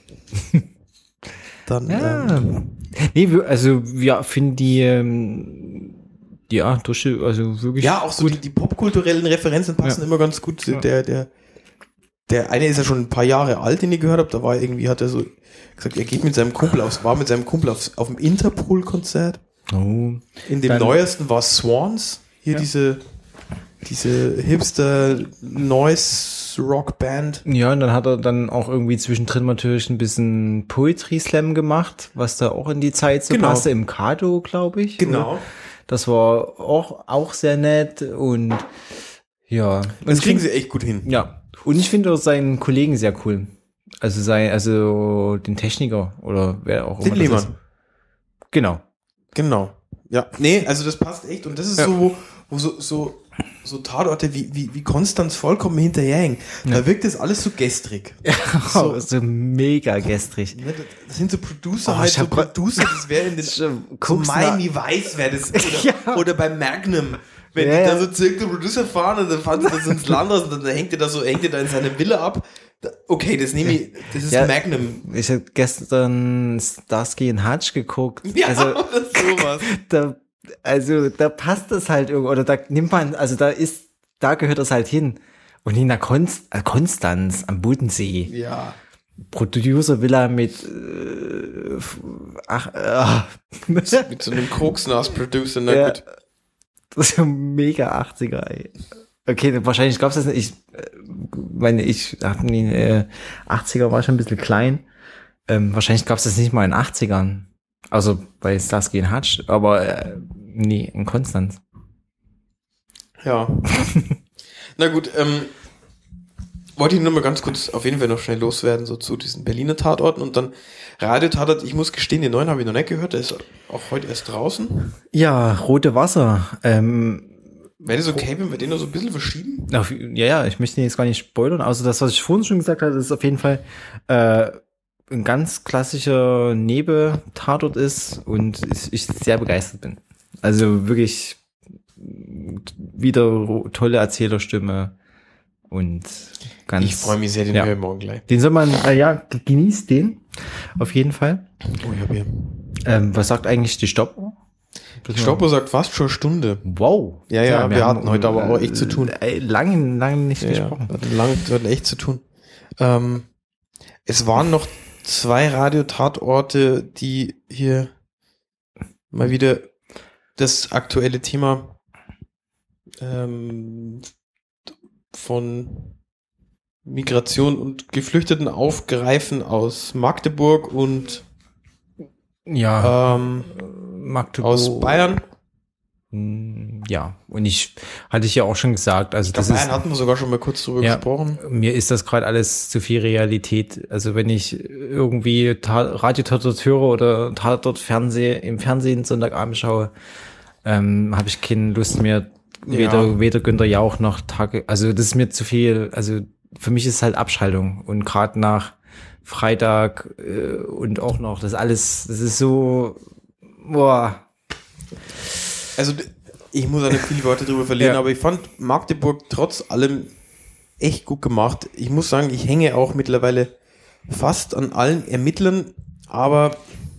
B: dann
C: Ja.
B: ähm,
C: Nee, wir- also wir finden die, ähm, ja, durch, also wirklich
B: ja, auch so die, die popkulturellen Referenzen passen
C: Ja.
B: immer ganz gut.
C: Ja.
B: Der, der, der eine ist ja schon ein paar Jahre alt, den ich gehört habe. Da war er irgendwie, hat er so gesagt, er geht mit seinem Kumpel aufs, war mit seinem Kumpel aufs, auf dem Interpol-Konzert.
C: Oh.
B: In dem
C: Dann-
B: neuesten war Swans. Hier
C: Ja.
B: diese, diese Hipster Noise Rock Band.
C: Ja, und dann hat er dann auch irgendwie zwischendrin natürlich ein bisschen Poetry Slam gemacht, was da auch in die Zeit so
B: Genau.
C: passte, im Kado, glaube ich.
B: Genau.
C: Oder? Das war auch, auch sehr nett und ja. Und
B: Das
C: ich
B: kriegen
C: find-
B: sie echt gut hin.
C: Ja. Und ich finde auch seinen Kollegen sehr cool. Also sein, also den Techniker oder wer auch
B: Den
C: immer das ist.
B: Lehmann.
C: Genau.
B: Genau. Ja, nee, also das passt echt. Und das ist
C: Ja.
B: so, wo, wo so, so, so Tatorte wie, wie, wie Konstanz vollkommen hinterherhängen. Da wirkt das alles so gestrig.
C: So, so mega gestrig.
B: Ne, Das sind so Producer
C: Oh,
B: halt,
C: ich
B: so
C: hab grad-
B: Producer, das wäre in den,
C: Schon,
B: so
C: guck's nach.
B: Miami Vice wäre das, oder,
C: Ja.
B: oder bei Magnum. Wenn
C: Ja,
B: die da
C: ja.
B: so zirk der Producer fahren und dann fahren sie das ins Land aus und dann hängt er da so, hängt er da in seine Villa ab. Da, okay, das nehme ich, das ist
C: Ja.
B: Magnum.
C: Ich habe gestern Starsky and Hutch geguckt.
B: Ja,
C: Also,
B: oder sowas.
C: da, also da passt es halt irgendwo, oder da nimmt man, also da ist, da gehört das halt hin. Und in der Konst, äh, Konstanz am Bodensee,
B: Ja.
C: Producer-Villa mit, äh, ach, äh,
B: Mit so einem Koksnas-Producer, na
C: Ja.
B: gut.
C: das ist ja mega achtziger, ey. Okay, wahrscheinlich gab's das nicht. Ich äh, meine, ich hab nie, äh, achtziger war schon ein bisschen klein. Ähm, wahrscheinlich gab's das nicht mal in achtzigern. Also bei Starsky and Hutch, aber äh, nee, in Konstanz.
B: Ja. Na gut, ähm, wollte ich nur mal ganz kurz auf jeden Fall noch schnell loswerden, so zu diesen Berliner Tatorten und dann Radio-Tatort. Ich muss gestehen, den neuen habe ich noch nicht gehört, der ist auch heute erst draußen.
C: Ja, Rote Wasser. Ähm,
B: Wäre das okay, wenn wir den noch so ein bisschen verschieben?
C: auf, ja, ja, ich möchte den jetzt gar nicht spoilern. Also das, was ich vorhin schon gesagt habe, ist auf jeden Fall äh, ein ganz klassischer Nebel-Tatort ist und ich, ich sehr begeistert bin. Also wirklich wieder tolle Erzählerstimme und ganz.
B: Ich freue mich sehr, den
C: ja.
B: hören wir morgen gleich.
C: Den soll man, äh, ja, genießt den. Auf jeden Fall.
B: Oh, ich hab hier.
C: Ähm, was sagt eigentlich die Stoppuhr?
B: Die Stoppuhr sagt fast schon eine Stunde.
C: Wow.
B: Ja, ja, wir, wir hatten heute aber auch echt zu tun.
C: Äh, lange, lange nicht
B: Ja,
C: gesprochen.
B: wir hatten lange, wir hatten echt zu tun. Ähm, es waren noch zwei Radiotatorte, die hier mal wieder das aktuelle Thema ähm, von Migration und Geflüchteten aufgreifen aus Magdeburg und
C: Ja,
B: ähm,
C: Magdeburg.
B: aus Bayern.
C: Ja, und ich hatte ich ja auch schon gesagt, also das
B: Bayern
C: ist,
B: hatten wir sogar schon mal kurz drüber
C: ja,
B: gesprochen.
C: mir ist das gerade alles zu viel Realität. Also wenn ich irgendwie Ta- Radio-Tatort höre oder Tatort Fernseh, im Fernsehen Sonntagabend schaue, ähm, habe ich keine Lust mehr, weder,
B: Ja.
C: weder Günther Jauch noch Tage, also das ist mir zu viel, also für mich ist es halt Abschaltung und gerade nach Freitag äh, und auch noch, das alles, das ist so, boah.
B: Also ich muss auch nicht viele Worte drüber verlieren,
C: Ja.
B: aber ich fand Magdeburg trotz allem echt gut gemacht. Ich muss sagen, ich hänge auch mittlerweile fast an allen Ermittlern, aber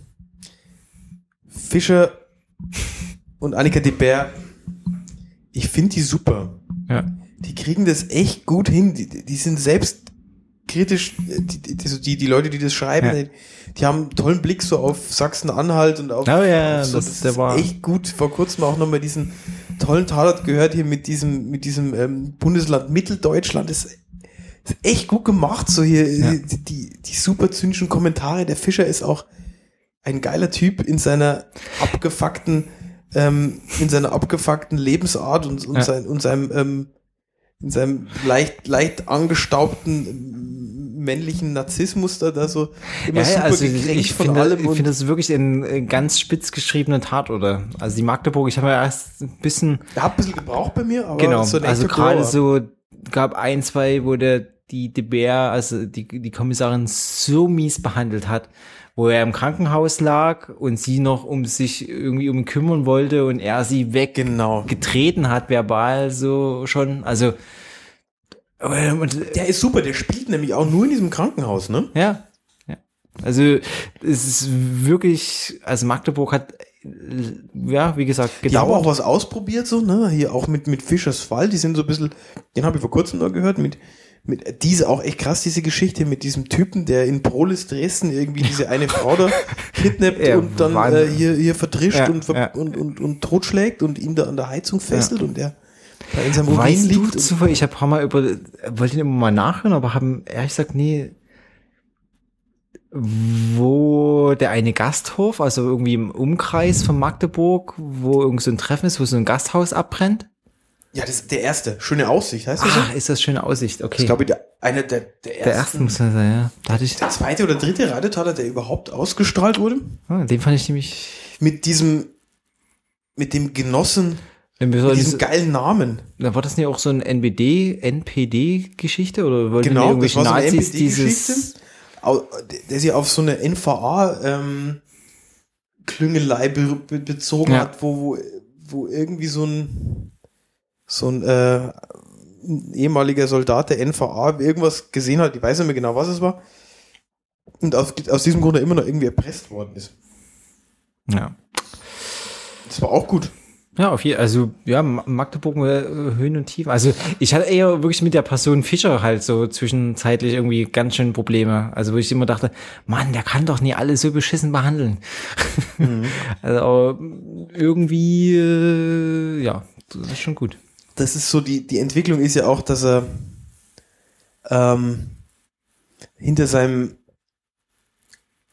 B: Fischer und Annika de Beer, ich finde die super.
C: Ja.
B: Die kriegen das echt gut hin. Die, die sind selbst kritisch, die, die, die, die Leute, die das schreiben,
C: Ja.
B: die, die haben einen tollen Blick so auf Sachsen-Anhalt und auf,
C: Oh ja,
B: auf so,
C: das-
B: das,
C: der
B: ist
C: war-
B: echt gut. Vor kurzem auch nochmal diesen tollen Tatort gehört hier mit diesem, mit diesem ähm, Bundesland Mitteldeutschland. Das ist echt gut gemacht, so hier,
C: Ja.
B: die, die, die super zynischen Kommentare. Der Fischer ist auch ein geiler Typ in seiner abgefuckten, ähm, in seiner abgefuckten Lebensart und, und,
C: Ja.
B: sein, und seinem, ähm, in seinem leicht, leicht angestaubten ähm, männlichen Narzissmus da, da so immer
C: Ja, ja,
B: super
C: also
B: gekränkt
C: ich
B: von
C: finde,
B: allem.
C: ich
B: und-
C: finde das wirklich ein äh, ganz spitz geschriebener Tatort. Also die Magdeburg, ich habe ja erst ein bisschen,
B: Er hat ein bisschen gebraucht bei mir, aber
C: genau,
B: so ein
C: also
B: echter
C: gerade
B: Grower.
C: so, gab ein, zwei, wo der, die De Beer, also die, die Kommissarin so mies behandelt hat, wo er im Krankenhaus lag und sie noch um sich irgendwie um ihn kümmern wollte und er sie
B: Genau.
C: weggetreten hat, verbal so schon, also, und,
B: Der ist super, der spielt nämlich auch nur in diesem Krankenhaus, ne?
C: Ja, ja. Also es ist wirklich, also Magdeburg hat, äh, ja, wie gesagt,
B: Die haben auch
C: gedauert.
B: was ausprobiert, so, ne? Hier auch mit, mit Fischers Fall, die sind so ein bisschen, den habe ich vor kurzem noch gehört, mit, mit, diese auch echt krass, diese Geschichte mit diesem Typen, der in Polis Dresden irgendwie diese eine Frau da kidnappt
C: Ja,
B: und dann äh,
C: Wahnsinn.
B: hier, hier verdrischt
C: Ja,
B: und, ver
C: ja.
B: und, und, und totschlägt und ihn da an der Heizung fesselt und der da in seinem Urin
C: Weißt du
B: liegt. Und,
C: zufällig, ich habe ein paar Mal über, wollte ihn immer mal nachhören, aber haben ehrlich gesagt nie, wo der eine Gasthof, also irgendwie im Umkreis von Magdeburg, wo irgend so ein Treffen ist, wo so ein Gasthaus abbrennt.
B: ja, das ist der erste. Schöne Aussicht, heißt das so?
C: Ah, ist das schöne Aussicht, okay.
B: Ich glaube, der, einer der, der ersten,
C: der erste muss das sein, ja. Da hatte ich,
B: der zweite oder dritte Radiotatort, der überhaupt ausgestrahlt wurde.
C: ah, den fand ich nämlich,
B: Mit diesem, mit dem Genossen,
C: wenn wir so
B: mit
C: diese-
B: diesem geilen Namen.
C: Da war das nicht auch so ein N B D, N P D-Geschichte oder wollten
B: Genau,
C: die
B: das
C: irgendwelche
B: war so eine
C: Nazis
B: N P D-Geschichte,
C: dieses?
B: au- der sich auf so eine N V A ähm, Klüngelei be be bezogen
C: Ja.
B: hat, wo, wo, wo irgendwie so ein so ein, äh, ein ehemaliger Soldat der N V A irgendwas gesehen hat, ich weiß nicht mehr genau, was es war, und aus, aus diesem Grunde immer noch irgendwie erpresst worden ist.
C: Ja.
B: Das war auch gut.
C: Ja, auf jeden also ja, Ma- Magdeburg äh, Höhen und Tiefen. Also ich hatte eher wirklich mit der Person Fischer halt so zwischenzeitlich irgendwie ganz schön Probleme. Also wo ich immer dachte, Mann, der kann doch nie alle so beschissen behandeln. Also aber irgendwie, äh, ja, das ist schon gut.
B: Das ist so, die, die Entwicklung ist ja auch, dass er ähm, hinter seinem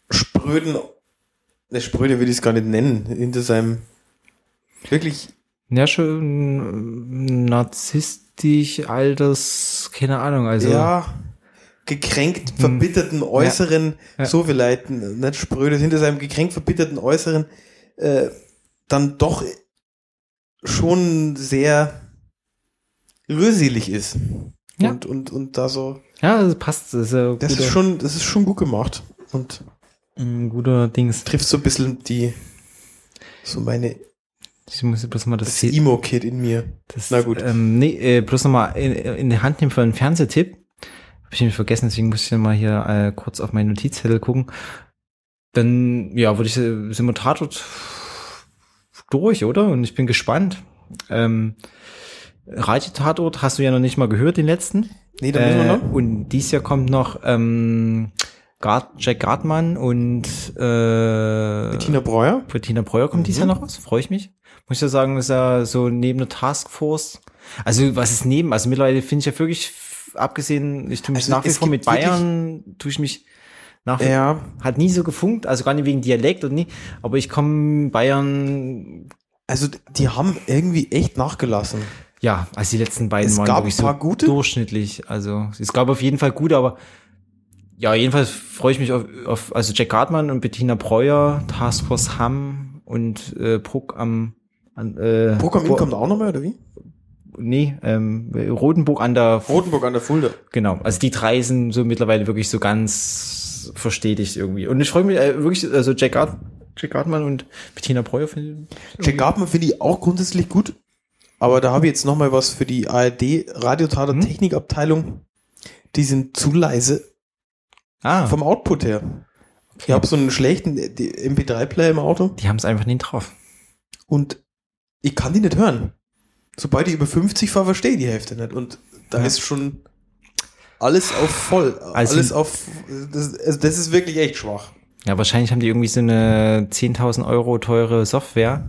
B: spröden, ne, spröde will ich es gar nicht nennen, hinter seinem wirklich
C: Ja, schon narzisstisch, alters, keine Ahnung, also.
B: Ja, gekränkt, verbitterten Äußeren,
C: ja.
B: so vielleicht, nicht spröde, hinter seinem gekränkt, verbitterten Äußeren, äh, dann doch schon sehr rührselig ist.
C: Ja.
B: Und, und, und da so.
C: Ja, das passt. Das ist, ja
B: Das ist schon, das ist schon gut gemacht. Und
C: ein guter Dings.
B: trifft so ein bisschen die, so meine,
C: Ich muss bloß mal das,
B: das Emo-Kid in mir.
C: das
B: Na gut.
C: Ähm, nee, äh, bloß noch mal in, in die Hand nehmen für einen Fernsehtipp. Hab ich nämlich vergessen, deswegen muss ich mal hier äh, kurz auf meinen Notizzettel gucken. Dann, ja, würde ich, äh, sind wir Tatort durch, oder? Und ich bin gespannt. Ähm, Radio-Tatort hast du ja noch nicht mal gehört, den letzten.
B: Nee, da müssen wir
C: Äh,
B: noch.
C: und dieses Jahr kommt noch ähm, Gard, Jack Gartmann und äh,
B: Bettina Breuer.
C: Bettina Breuer kommt dieses Jahr noch raus. Freue ich mich. Muss ich ja sagen, ist ja so neben der Taskforce. Also was ist neben? Also mittlerweile finde ich ja wirklich, abgesehen, ich tue mich
B: Also
C: nach wie
B: es
C: vor mit
B: gibt wirklich-
C: Bayern, tue ich mich nach wie
B: Ja.
C: hat nie so gefunkt, also gar nicht wegen Dialekt und nie, aber ich komme Bayern,
B: Also die haben irgendwie echt nachgelassen.
C: ja, also die letzten beiden
B: Es
C: waren
B: gab
C: wirklich
B: ein paar
C: so
B: gute.
C: durchschnittlich. Also es gab auf jeden Fall gute, aber ja, jedenfalls freue ich mich auf, auf also Jack Gartmann und Bettina Breuer, Taskforce Hamm und äh, Bruck am an, äh,
B: Bruck am Inn
C: Bo-
B: kommt auch noch mal, oder wie?
C: Nee, ähm, Rotenburg an der
B: Rotenburg an der Fulda.
C: Genau, also die drei sind so mittlerweile wirklich so ganz verstetigt irgendwie. Und ich freue mich äh, wirklich, also Jack, Gart, Jack Gartmann und Bettina Breuer finde ich.
B: Jack Gartmann finde ich auch grundsätzlich gut, aber da habe ich jetzt noch mal was für die A R D Radiotator
C: Hm?
B: Technikabteilung. Die sind zu leise
C: Ah,
B: vom Output her. Ich habe so einen schlechten M P drei Player im Auto
C: die haben es einfach nicht drauf.
B: und ich kann die nicht hören. Sobald ich über fünfzig fahre, verstehe ich die Hälfte nicht. Und da
C: Ja.
B: ist schon alles auf voll.
C: Also-
B: alles auf. Das, also das ist wirklich echt schwach.
C: Ja, wahrscheinlich haben die irgendwie so eine zehntausend Euro teure Software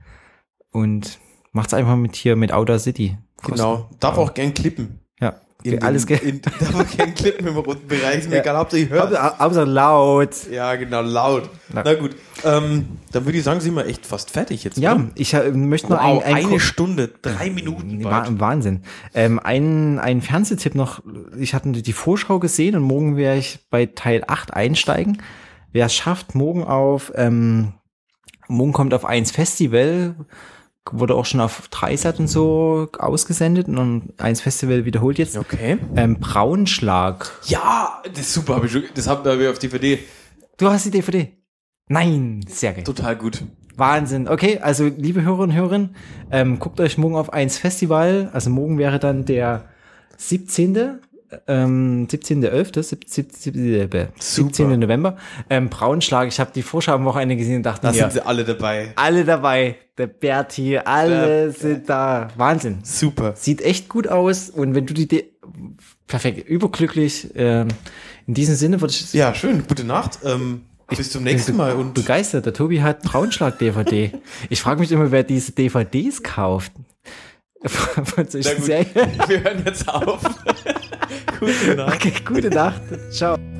C: und macht's einfach mit hier mit Audacity.
B: Genau. Darf auch gern klippen.
C: Ja,
B: In
C: alles
B: dem,
C: ge-
B: in, darf auch gern klippen im roten Bereich. Ist mir
C: Ja.
B: egal, ob du die hörst.
C: Außer laut.
B: Ja, genau, laut.
C: Na-
B: Na, gut. Ähm, dann würde ich sagen, sind wir echt fast fertig jetzt.
C: Ja,
B: oder?
C: ich äh, möchte noch
B: Wow,
C: ein, ein
B: eine Stunde, drei Minuten.
C: Wa-
B: bald.
C: Wahnsinn. Ähm, ein, ein Fernsehtipp noch. Ich hatte die Vorschau gesehen und morgen werde ich bei Teil acht einsteigen. Wer es schafft, morgen auf, ähm, morgen kommt auf eins Festival, wurde auch schon auf Dreisat und so ausgesendet und dann eins Festival wiederholt jetzt.
B: Okay.
C: Ähm, Braunschlag.
B: Ja, das ist super. Hab ich schon, das haben wir auf D V D.
C: Du hast die D V D? Nein, sehr geil.
B: Total gut.
C: Wahnsinn. Okay, also liebe Hörerinnen und Hörer, ähm, guckt euch morgen auf eins Festival. Also morgen wäre dann der siebzehnte Ähm, siebzehnter elfter siebzehnten November. Ähm, Braunschlag. Ich habe die Vorschau am Wochenende gesehen und dachte
B: Da
C: mir,
B: sind sie alle dabei.
C: alle dabei. Der Berti, alle sind da. Wahnsinn.
B: Super.
C: Sieht echt gut aus. Und wenn du die, De perfekt, überglücklich. Ähm, in diesem Sinne würde ich
B: Ja, schön. Gute Nacht. Ähm, bis zum nächsten Mal. Und
C: begeistert. Der Tobi hat Braunschlag-D V D. Ich frage mich immer, wer diese D V Ds kauft. Von solchen
B: Na gut,
C: Serien.
B: wir hören jetzt auf. Gute Nacht.
C: Okay, gute Nacht. Ciao.